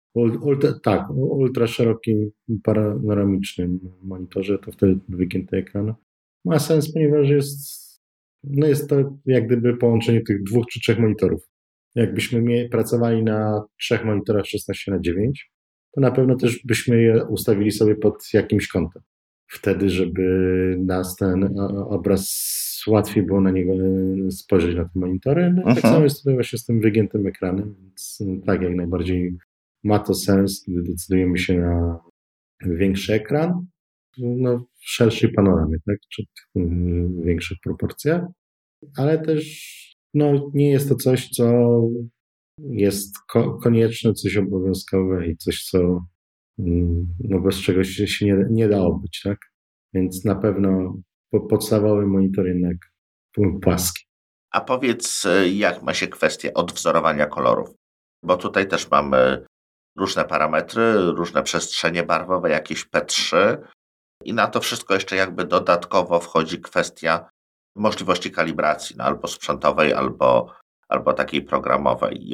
Ultra szerokim, panoramicznym monitorze, to wtedy wygięty ekran ma sens, ponieważ jest to jak gdyby połączenie tych 2 czy 3 monitorów. Jakbyśmy pracowali na 3 monitorach 16:9, to na pewno też byśmy je ustawili sobie pod jakimś kątem. Wtedy, żeby nas ten obraz łatwiej było na niego spojrzeć, na te monitory. No tak samo jest tutaj właśnie z tym wygiętym ekranem, więc tak, jak najbardziej ma to sens, gdy decydujemy się na większy ekran, no w szerszej panoramie, tak, czy w większych proporcjach, ale też no nie jest to coś, co jest konieczne, coś obowiązkowe i coś, co no bez czego się nie da obyć, tak? Więc na pewno podstawowy monitor jednak płaski. A powiedz, jak ma się kwestia odwzorowania kolorów? Bo tutaj też mamy różne parametry, różne przestrzenie barwowe, jakieś P3 i na to wszystko jeszcze jakby dodatkowo wchodzi kwestia możliwości kalibracji, no albo sprzętowej, albo takiej programowej.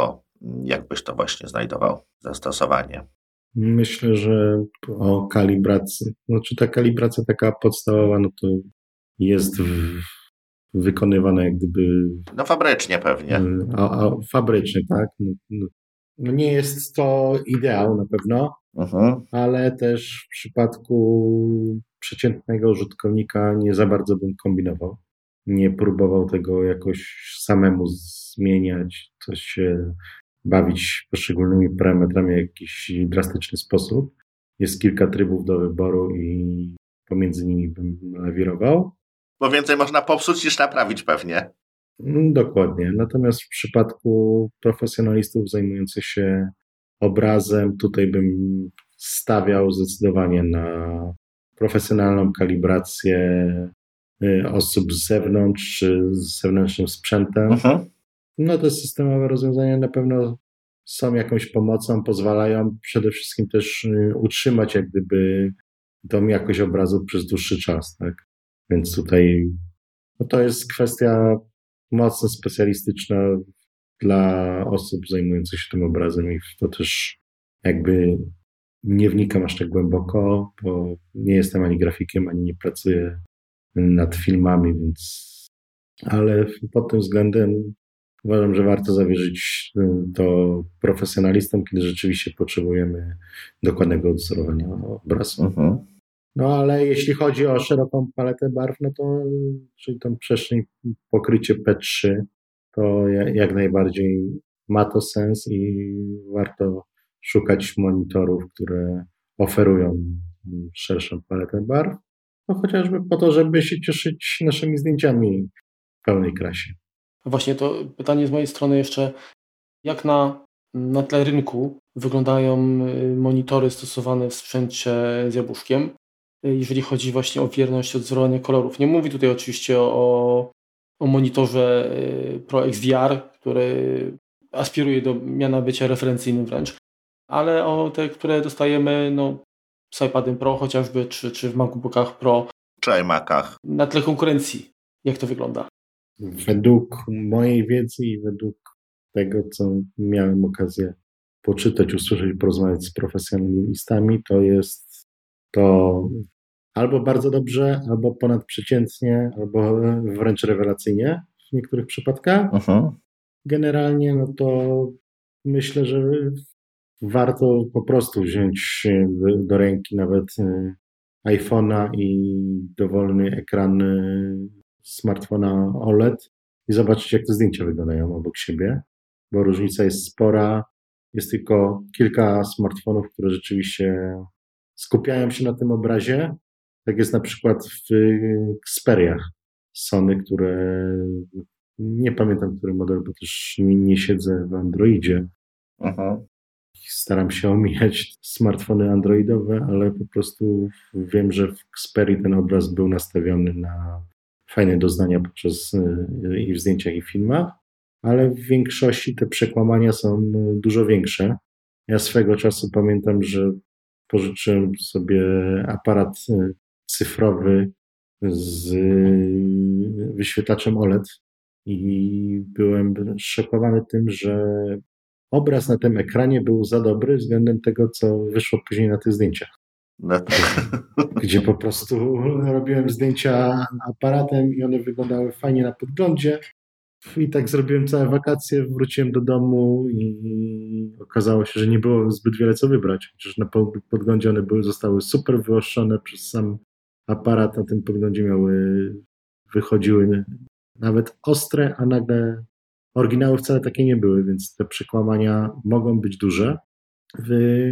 Jak byś to właśnie znajdował, zastosowanie? Myślę, że o kalibracji, znaczy ta kalibracja taka podstawowa, no to jest wykonywana jak gdyby... No fabrycznie pewnie. Fabrycznie, tak. No nie jest to ideał na pewno, ale też w przypadku przeciętnego użytkownika nie za bardzo bym kombinował. Nie próbował tego jakoś samemu zmieniać, coś się bawić poszczególnymi parametrami w jakiś drastyczny sposób. Jest kilka trybów do wyboru i pomiędzy nimi bym lawirował. Bo więcej można popsuć niż naprawić pewnie. Dokładnie. Natomiast w przypadku profesjonalistów zajmujących się obrazem, tutaj bym stawiał zdecydowanie na profesjonalną kalibrację osób z zewnątrz, czy z zewnętrznym sprzętem. No te systemowe rozwiązania na pewno są jakąś pomocą, pozwalają przede wszystkim też utrzymać jak gdyby tą jakość obrazu przez dłuższy czas, tak? Więc tutaj no to jest kwestia mocno specjalistyczna dla osób zajmujących się tym obrazem i w to też jakby nie wnikam aż tak głęboko, bo nie jestem ani grafikiem, ani nie pracuję nad filmami, więc ale pod tym względem uważam, że warto zawierzyć to profesjonalistom, kiedy rzeczywiście potrzebujemy dokładnego odzorowania obrazu. No ale jeśli chodzi o szeroką paletę barw, no to czyli tą przestrzeń, pokrycie P3, to jak najbardziej ma to sens i warto szukać monitorów, które oferują szerszą paletę barw, no chociażby po to, żeby się cieszyć naszymi zdjęciami w pełnej krasie. Właśnie to pytanie z mojej strony jeszcze, jak na tle rynku wyglądają monitory stosowane w sprzęcie z jabłuszkiem, jeżeli chodzi właśnie o wierność odzorowania kolorów. Nie mówię tutaj oczywiście o monitorze Pro XDR, który aspiruje do miana bycia referencyjnym wręcz, ale o te, które dostajemy no, z iPadem Pro chociażby, czy w MacBookach Pro. Czy iMacach. Na tle konkurencji. Jak to wygląda? Według mojej wiedzy i według tego, co miałem okazję poczytać, usłyszeć, porozmawiać z profesjonalistami, to jest to albo bardzo dobrze, albo ponadprzeciętnie, albo wręcz rewelacyjnie w niektórych przypadkach. Generalnie no to myślę, że warto po prostu wziąć do ręki nawet iPhone'a i dowolny ekran smartfona OLED i zobaczyć, jak te zdjęcia wyglądają obok siebie, bo różnica jest spora. Jest tylko kilka smartfonów, które rzeczywiście skupiają się na tym obrazie. Tak jest na przykład w Xperiach Sony, które nie pamiętam, który model, bo też nie siedzę w Androidzie. Staram się omijać smartfony androidowe, ale po prostu wiem, że w Xperii ten obraz był nastawiony na fajne doznania podczas i w zdjęciach, i w filmach, ale w większości te przekłamania są dużo większe. Ja swego czasu pamiętam, że pożyczyłem sobie aparat cyfrowy z wyświetlaczem OLED i byłem szokowany tym, że obraz na tym ekranie był za dobry względem tego, co wyszło później na tych zdjęciach. Gdzie po prostu robiłem zdjęcia aparatem i one wyglądały fajnie na podglądzie. I tak zrobiłem całe wakacje, wróciłem do domu i okazało się, że nie było zbyt wiele co wybrać. Chociaż na podglądzie one zostały super wyoszczone przez sam aparat. Na tym podglądzie wychodziły nawet ostre, a nagle oryginały wcale takie nie były, więc te przekłamania mogą być duże. W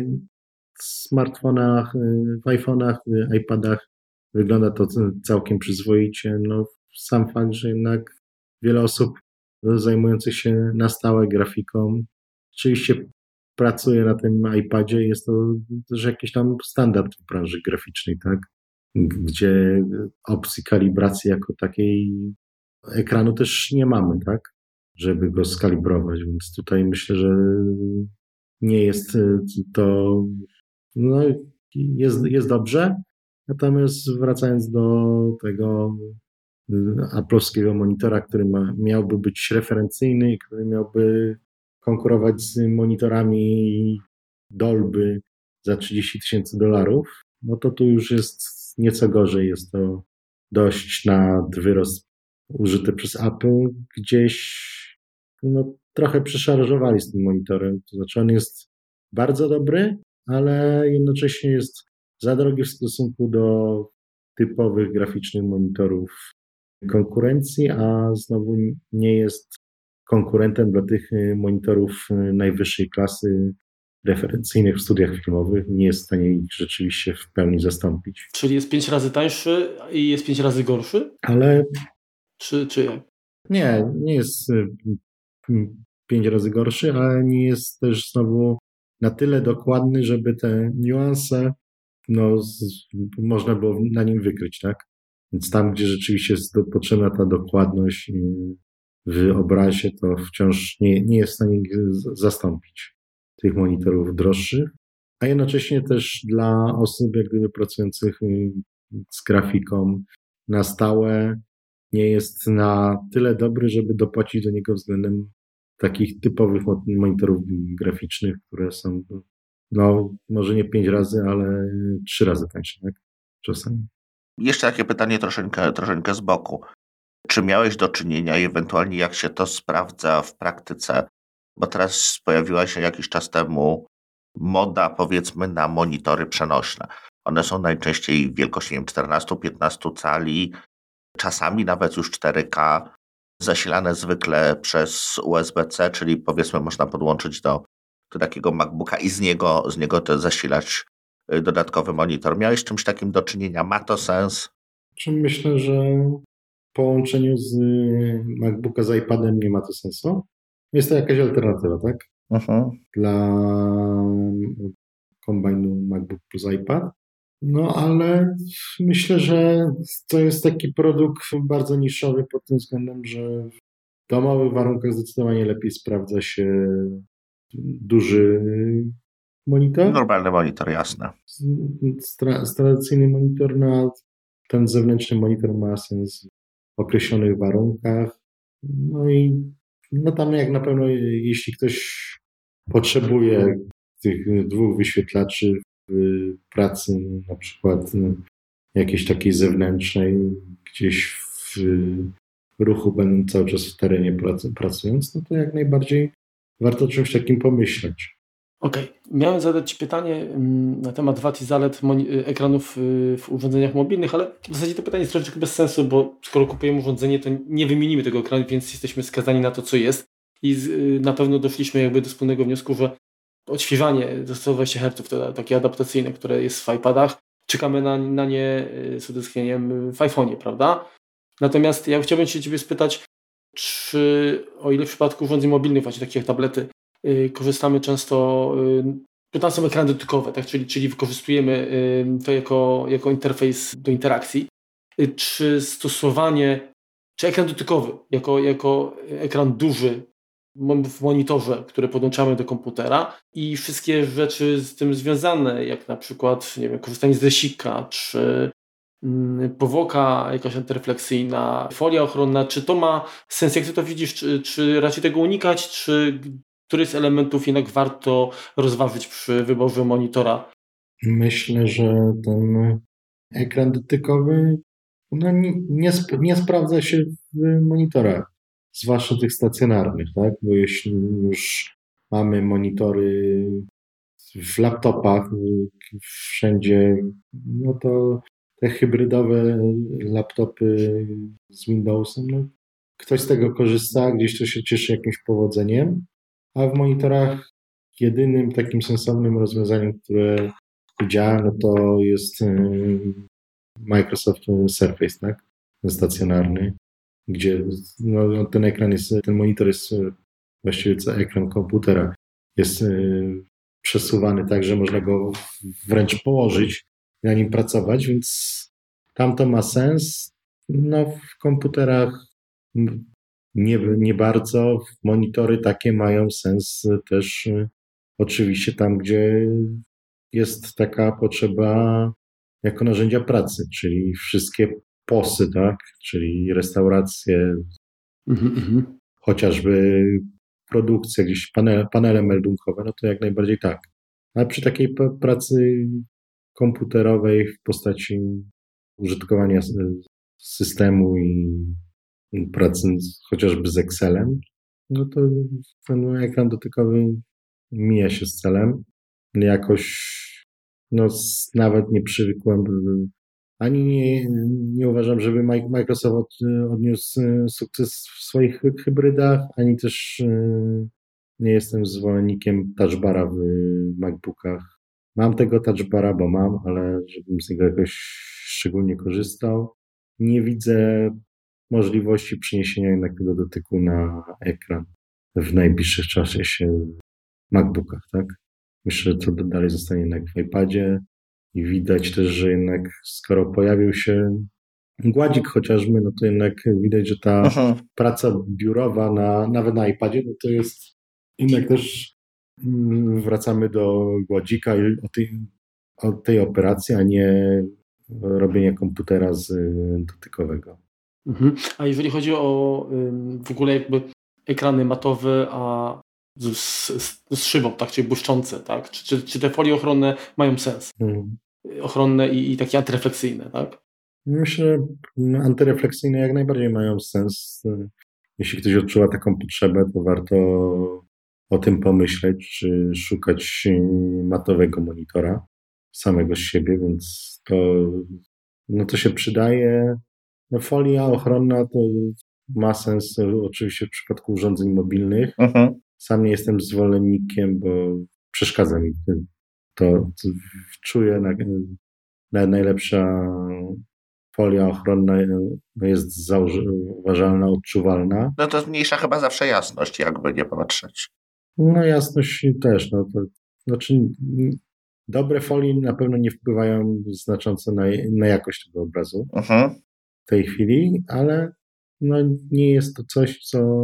smartfonach, w iPhone'ach, w iPadach wygląda to całkiem przyzwoicie. No, sam fakt, że jednak wiele osób zajmujących się na stałe grafiką. Oczywiście pracuję na tym iPadzie, jest to też jakiś tam standard w branży graficznej, tak? Gdzie opcji kalibracji jako takiej ekranu też nie mamy, tak? Żeby go skalibrować, więc tutaj myślę, że nie jest to, no jest dobrze, natomiast wracając do tego Apple'owskiego monitora, który miałby być referencyjny i który miałby konkurować z monitorami Dolby za $30,000, no to tu już jest nieco gorzej. Jest to dość nadwyrost użyty przez Apple. Gdzieś trochę przeszarżowali z tym monitorem. To znaczy on jest bardzo dobry, ale jednocześnie jest za drogi w stosunku do typowych graficznych monitorów konkurencji, a znowu nie jest konkurentem dla tych monitorów najwyższej klasy referencyjnych w studiach filmowych. Nie jest w stanie ich rzeczywiście w pełni zastąpić. Czyli jest 5 razy tańszy i jest 5 razy gorszy? Ale Czy jak? Nie jest 5 razy gorszy, ale nie jest też znowu na tyle dokładny, żeby te niuanse można było na nim wykryć, tak? Więc tam, gdzie rzeczywiście jest potrzebna ta dokładność w obrazie, to wciąż nie jest w stanie ich zastąpić, tych monitorów droższych, a jednocześnie też dla osób jak gdyby pracujących z grafiką na stałe nie jest na tyle dobry, żeby dopłacić do niego względem takich typowych monitorów graficznych, które są może nie 5 razy, ale 3 razy tańsze, tak? Czasami. Jeszcze takie pytanie troszeczkę z boku. Czy miałeś do czynienia i ewentualnie jak się to sprawdza w praktyce? Bo teraz pojawiła się jakiś czas temu moda, powiedzmy, na monitory przenośne. One są najczęściej wielkości 14-15 cali, czasami nawet już 4K, zasilane zwykle przez USB-C, czyli powiedzmy można podłączyć do takiego MacBooka i z niego też zasilać dodatkowy monitor. Miałeś z czymś takim do czynienia? Ma to sens? Myślę, że w połączeniu z MacBooka z iPadem nie ma to sensu. Jest to jakaś alternatywa, tak? Dla kombajnu MacBook plus iPad. Ale myślę, że to jest taki produkt bardzo niszowy pod tym względem, że w domowych warunkach zdecydowanie lepiej sprawdza się duży monitor. Normalny monitor, jasne. Tradycyjny monitor, ten zewnętrzny monitor ma sens w określonych warunkach. Tam jak na pewno, jeśli ktoś potrzebuje tych 2 wyświetlaczy w pracy, na przykład jakiejś takiej zewnętrznej, gdzieś w ruchu, będąc cały czas w terenie pracując, to jak najbardziej warto o czymś takim pomyśleć. Okej. Miałem zadać Ci pytanie na temat wad i zalet ekranów w urządzeniach mobilnych, ale w zasadzie to pytanie jest troszeczkę bez sensu, bo skoro kupujemy urządzenie, to nie wymienimy tego ekranu, więc jesteśmy skazani na to, co jest. I na pewno doszliśmy jakby do wspólnego wniosku, że odświeżanie do 120 Hz, to takie adaptacyjne, które jest w iPadach, czekamy na nie z utęsknieniem w iPhone'ie, prawda? Natomiast ja chciałbym się Ciebie spytać, czy o ile w przypadku urządzeń mobilnych, właśnie takich jak tablety, korzystamy często, tam są ekrany dotykowe, tak? czyli wykorzystujemy to jako interfejs do interakcji. Czy ekran dotykowy jako ekran duży w monitorze, który podłączamy do komputera i wszystkie rzeczy z tym związane, jak na przykład korzystanie z desika, czy powłoka jakaś antyrefleksyjna, folia ochronna, czy to ma sens, jak Ty to widzisz, czy raczej tego unikać, czy których z elementów jednak warto rozważyć przy wyborze monitora? Myślę, że ten ekran dotykowy nie sprawdza się w monitorach, zwłaszcza tych stacjonarnych, tak? Bo jeśli już mamy monitory w laptopach wszędzie, to te hybrydowe laptopy z Windowsem, ktoś z tego korzysta, gdzieś to się cieszy jakimś powodzeniem, a w monitorach jedynym takim sensownym rozwiązaniem, które działa, to jest Microsoft Surface, tak? Ten stacjonarny. gdzie ten ekran jest, ten monitor jest, właściwie cały ekran komputera jest przesuwany tak, że można go wręcz położyć i na nim pracować, więc tam to ma sens. No w komputerach nie bardzo. Monitory takie mają sens też oczywiście tam, gdzie jest taka potrzeba jako narzędzia pracy, czyli wszystkie POS-y, tak? Czyli restauracje, chociażby produkcja, gdzieś panele meldunkowe, no to jak najbardziej tak. Ale przy takiej pracy komputerowej w postaci użytkowania systemu i pracy chociażby z Excelem, no to ten ekran dotykowy mija się z celem. Jakoś nawet nie przywykłem, ani nie uważam, żeby Microsoft odniósł sukces w swoich hybrydach, ani też nie jestem zwolennikiem touchbara w MacBookach. Mam tego touchbara, bo mam, ale żebym z niego jakoś szczególnie korzystał. Nie widzę możliwości przeniesienia jednak tego dotyku na ekran w najbliższym czasie się w MacBookach, tak? Myślę, że to dalej zostanie jednak w iPadzie i widać też, że jednak skoro pojawił się gładzik chociażby, no to jednak widać, że ta praca biurowa nawet na iPadzie, no to jest jednak też wracamy do gładzika i o tej operacji, a nie robienia komputera dotykowego. A jeżeli chodzi o w ogóle jakby ekrany matowe, a z szybą, tak, czyli błyszczące, tak? Czy te folie ochronne mają sens? Ochronne i takie antyrefleksyjne, tak? Myślę, że antyrefleksyjne jak najbardziej mają sens. Jeśli ktoś odczuwa taką potrzebę, to warto o tym pomyśleć, czy szukać matowego monitora samego z siebie, więc to się przydaje. No, folia ochronna to ma sens oczywiście w przypadku urządzeń mobilnych. Sam nie jestem zwolennikiem, bo przeszkadza mi to czuję, najlepsza folia ochronna jest zauważalna, odczuwalna. No to zmniejsza chyba zawsze jasność, jakby nie patrzeć. No jasność też, znaczy dobre folie na pewno nie wpływają znacząco na jakość tego obrazu w tej chwili, ale nie jest to coś,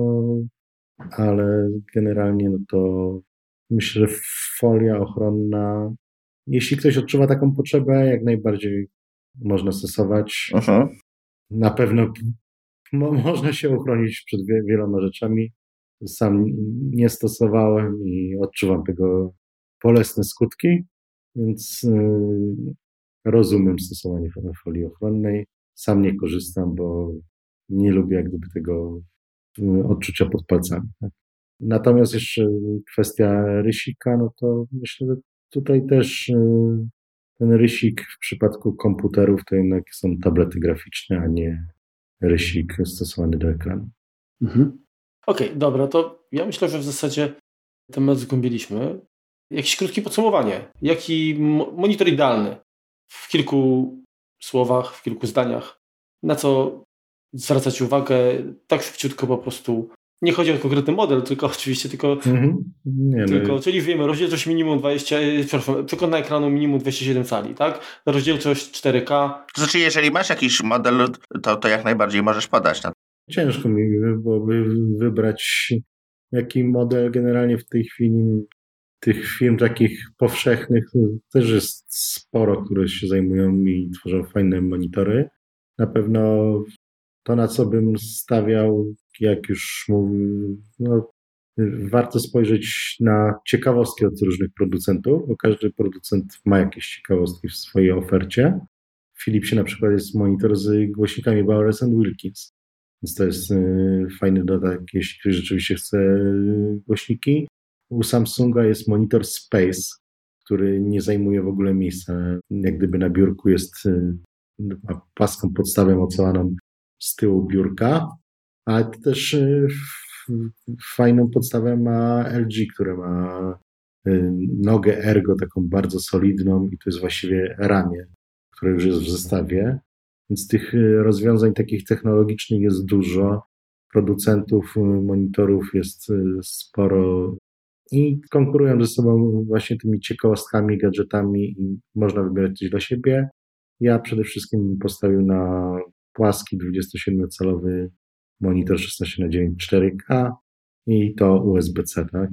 ale generalnie to myślę, że folia ochronna, jeśli ktoś odczuwa taką potrzebę, jak najbardziej można stosować. Na pewno można się uchronić przed wieloma rzeczami. Sam nie stosowałem i odczuwam tego bolesne skutki, więc rozumiem stosowanie folii ochronnej. Sam nie korzystam, bo nie lubię jak gdyby tego odczucia pod palcami. Tak? Natomiast jeszcze kwestia rysika, no to myślę, że tutaj też ten rysik w przypadku komputerów to jednak są tablety graficzne, a nie rysik stosowany do ekranu. Okej, dobra, to ja myślę, że w zasadzie temat zgłębiliśmy. Jakieś krótkie podsumowanie. Jaki monitor idealny? W kilku słowach, w kilku zdaniach. Na co zwracać uwagę? Tak szybciutko po prostu. Nie chodzi o konkretny model, tylko oczywiście czyli wiemy, rozdzielczość minimum przekątna ekranu minimum 27 cali, tak? Rozdzielczość 4K. To znaczy, jeżeli masz jakiś model, to jak najbardziej możesz podać. Ciężko mi byłoby wybrać jaki model. Generalnie w tej chwili tych firm takich powszechnych też jest sporo, które się zajmują i tworzą fajne monitory. Na pewno to, na co bym stawiał, jak już mówił, warto spojrzeć na ciekawostki od różnych producentów, bo każdy producent ma jakieś ciekawostki w swojej ofercie. W Philipsie na przykład jest monitor z głośnikami Bowers & Wilkins, więc to jest fajny dodatek, jeśli ktoś rzeczywiście chce głośniki. U Samsunga jest monitor Space, który nie zajmuje w ogóle miejsca. Jak gdyby na biurku ma płaską podstawę mocowaną z tyłu biurka, ale też fajną podstawę ma LG, które ma nogę ergo taką bardzo solidną i to jest właściwie ramię, które już jest w zestawie. Więc tych rozwiązań takich technologicznych jest dużo. Producentów monitorów jest sporo i konkurują ze sobą właśnie tymi ciekawostkami, gadżetami i można wybierać coś dla siebie. Ja przede wszystkim postawił na płaski 27-calowy monitor 16:9 4K i to USB-C, tak?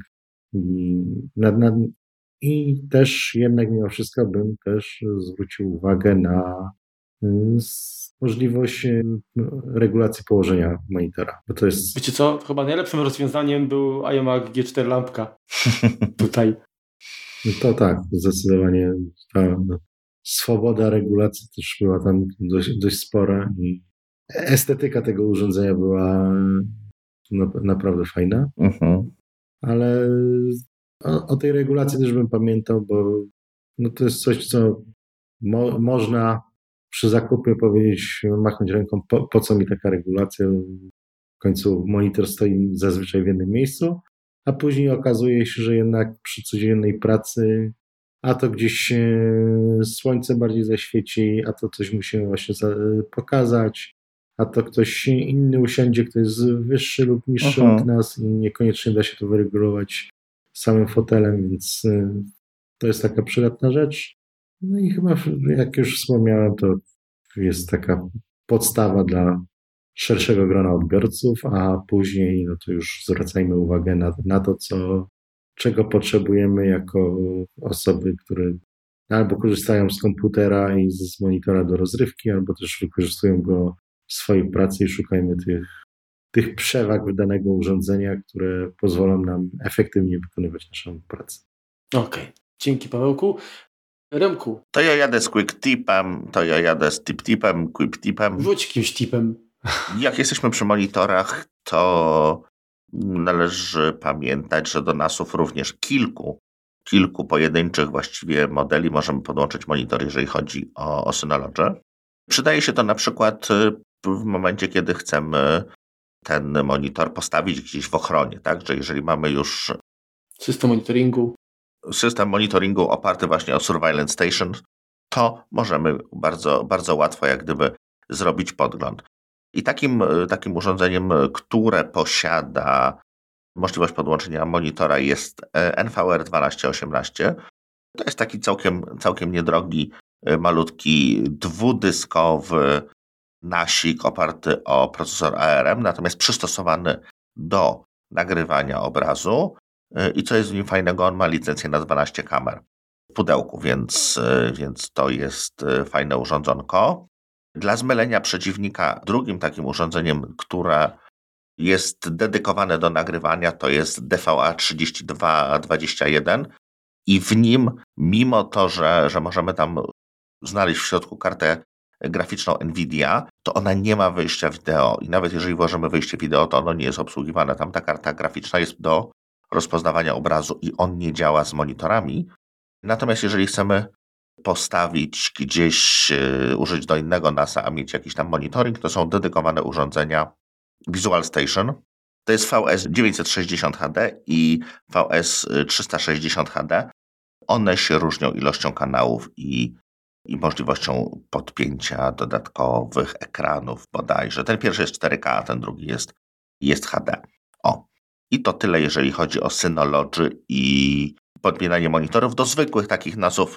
I też jednak mimo wszystko bym też zwrócił uwagę na możliwość regulacji położenia monitora. Bo to jest... Wiecie co? Chyba najlepszym rozwiązaniem był iMac G4 lampka. Tutaj. To tak, zdecydowanie ta swoboda regulacji też była tam dość spora i estetyka tego urządzenia była naprawdę fajna. Ale o tej regulacji też bym pamiętał, bo to jest coś, co można przy zakupie powiedzieć, machnąć ręką, po co mi taka regulacja? W końcu monitor stoi zazwyczaj w jednym miejscu, a później okazuje się, że jednak przy codziennej pracy a to gdzieś słońce bardziej zaświeci, a to coś musimy właśnie pokazać, a to ktoś inny usiądzie, kto jest wyższy lub niższy od nas i niekoniecznie da się to wyregulować samym fotelem, więc to jest taka przydatna rzecz. No i chyba, jak już wspomniałem, to jest taka podstawa dla szerszego grona odbiorców, a później to już zwracajmy uwagę na to, czego potrzebujemy jako osoby, które albo korzystają z komputera i z monitora do rozrywki, albo też wykorzystują go w swojej pracy i szukajmy tych przewag danego urządzenia, które pozwolą nam efektywnie wykonywać naszą pracę. Okej. Dzięki, Pawełku. Remku. To ja jadę z quick tipem, to ja jadę z tip-tipem, quick tipem. Rzuć jakimś tipem. Jak jesteśmy przy monitorach, to należy pamiętać, że do NAS-ów również kilku pojedynczych właściwie modeli możemy podłączyć monitor, jeżeli chodzi o Synology. Przydaje się to na przykład w momencie, kiedy chcemy ten monitor postawić gdzieś w ochronie, tak? Że jeżeli mamy już system monitoringu oparty właśnie o Surveillance Station, to możemy bardzo, bardzo łatwo jak gdyby zrobić podgląd. I takim urządzeniem, które posiada możliwość podłączenia monitora, jest NVR 1218. To jest taki całkiem niedrogi, malutki, dwudyskowy NASik oparty o procesor ARM, natomiast przystosowany do nagrywania obrazu. I co jest w nim fajnego, on ma licencję na 12 kamer w pudełku, więc to jest fajne urządzonko. Dla zmylenia przeciwnika drugim takim urządzeniem, które jest dedykowane do nagrywania, to jest DVA 3221 i w nim, mimo to, że możemy tam znaleźć w środku kartę graficzną NVIDIA, to ona nie ma wyjścia wideo i nawet jeżeli włożymy wyjście wideo, to ono nie jest obsługiwane. Tam ta karta graficzna jest do rozpoznawania obrazu i on nie działa z monitorami. Natomiast jeżeli chcemy postawić gdzieś, użyć do innego NASA, a mieć jakiś tam monitoring, to są dedykowane urządzenia Visual Station. To jest VS 960 HD i VS 360 HD. One się różnią ilością kanałów i możliwością podpięcia dodatkowych ekranów bodajże. Ten pierwszy jest 4K, a ten drugi jest HD. I to tyle, jeżeli chodzi o Synology i podpinanie monitorów. Do zwykłych takich NAS-ów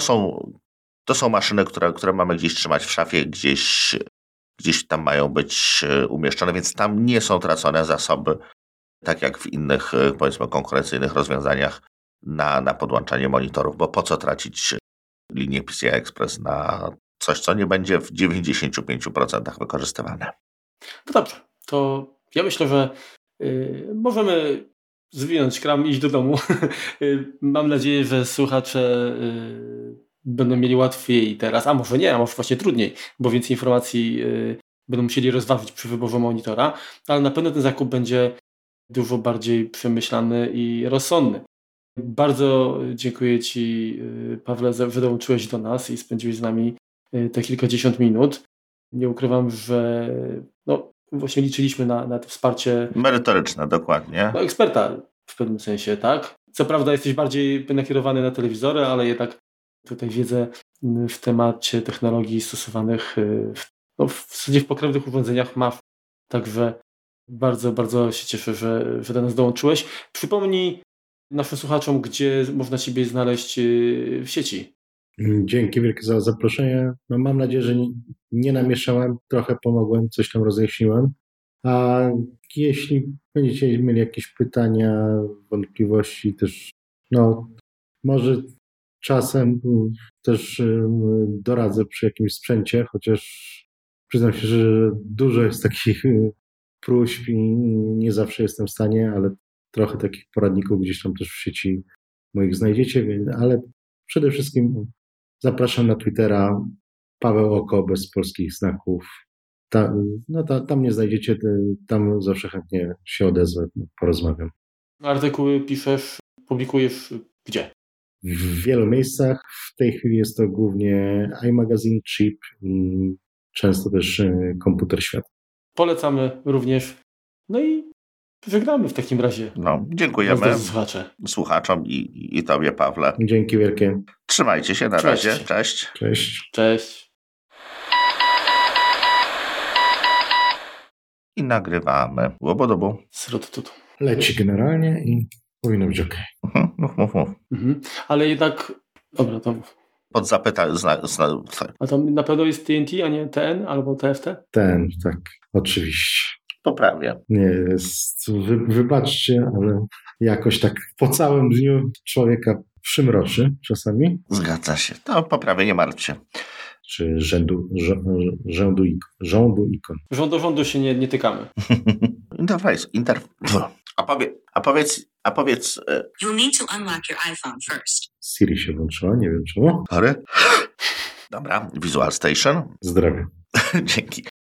to są maszyny, które mamy gdzieś trzymać w szafie, gdzieś tam mają być umieszczone, więc tam nie są tracone zasoby, tak jak w innych, powiedzmy, konkurencyjnych rozwiązaniach na podłączanie monitorów, bo po co tracić linię PCI Express na coś, co nie będzie w 95% wykorzystywane. No dobrze, to ja myślę, że możemy zwinąć kram i iść do domu. Mam nadzieję, że słuchacze będą mieli łatwiej teraz, a może nie, a może właśnie trudniej, bo więcej informacji będą musieli rozważyć przy wyborze monitora, ale na pewno ten zakup będzie dużo bardziej przemyślany i rozsądny. Bardzo dziękuję Ci, Pawle, że dołączyłeś do nas i spędziłeś z nami te kilkadziesiąt minut. Nie ukrywam, że właśnie liczyliśmy na to wsparcie merytoryczne, dokładnie. Eksperta w pewnym sensie, tak? Co prawda jesteś bardziej nakierowany na telewizory, ale jednak tutaj wiedzę w temacie technologii stosowanych w w zasadzie w pokrewnych urządzeniach ma. Także bardzo, bardzo się cieszę, że do nas dołączyłeś. Przypomnij naszym słuchaczom, gdzie można Ciebie znaleźć w sieci. Dzięki wielkie za zaproszenie. No, mam nadzieję, że nie namieszałem, trochę pomogłem, coś tam rozjaśniłem. A jeśli będziecie mieli jakieś pytania, wątpliwości też, może czasem też doradzę przy jakimś sprzęcie, chociaż przyznam się, że dużo jest takich próśb i nie zawsze jestem w stanie, ale trochę takich poradników gdzieś tam też w sieci moich znajdziecie, ale przede wszystkim zapraszam na Twittera Paweł Oko bez polskich znaków. Tam mnie znajdziecie, tam zawsze chętnie się odezwę, porozmawiam. Artykuły piszesz, publikujesz gdzie? W wielu miejscach. W tej chwili jest to głównie iMagazine, Chip i często też Komputer Świat. Polecamy również. No i żegnamy w takim razie. Dziękujemy słuchaczom i Tobie, Pawle. Dzięki wielkie. Trzymajcie się na razie. Cześć. Cześć. Cześć. I nagrywamy. Łobodobu. Leci generalnie i powinno być okej. Mów. Ale jednak... Dobra, to... Pod zapytanie... A tam na pewno jest TNT, a nie TN albo TFT? TN, tak. Oczywiście. Poprawię. Nie jest... Wybaczcie, ale jakoś tak po całym dniu człowieka przymroczy czasami. Zgadza się. To poprawię, nie martw się. Czy rządu ikon. Rząd do rządu się nie tykamy. Interface. A powiedz... You'll need to unlock your iPhone first. Siri się włączyła, nie wiem czemu. Dobra, Visual Station. Zdrowie. Dzięki.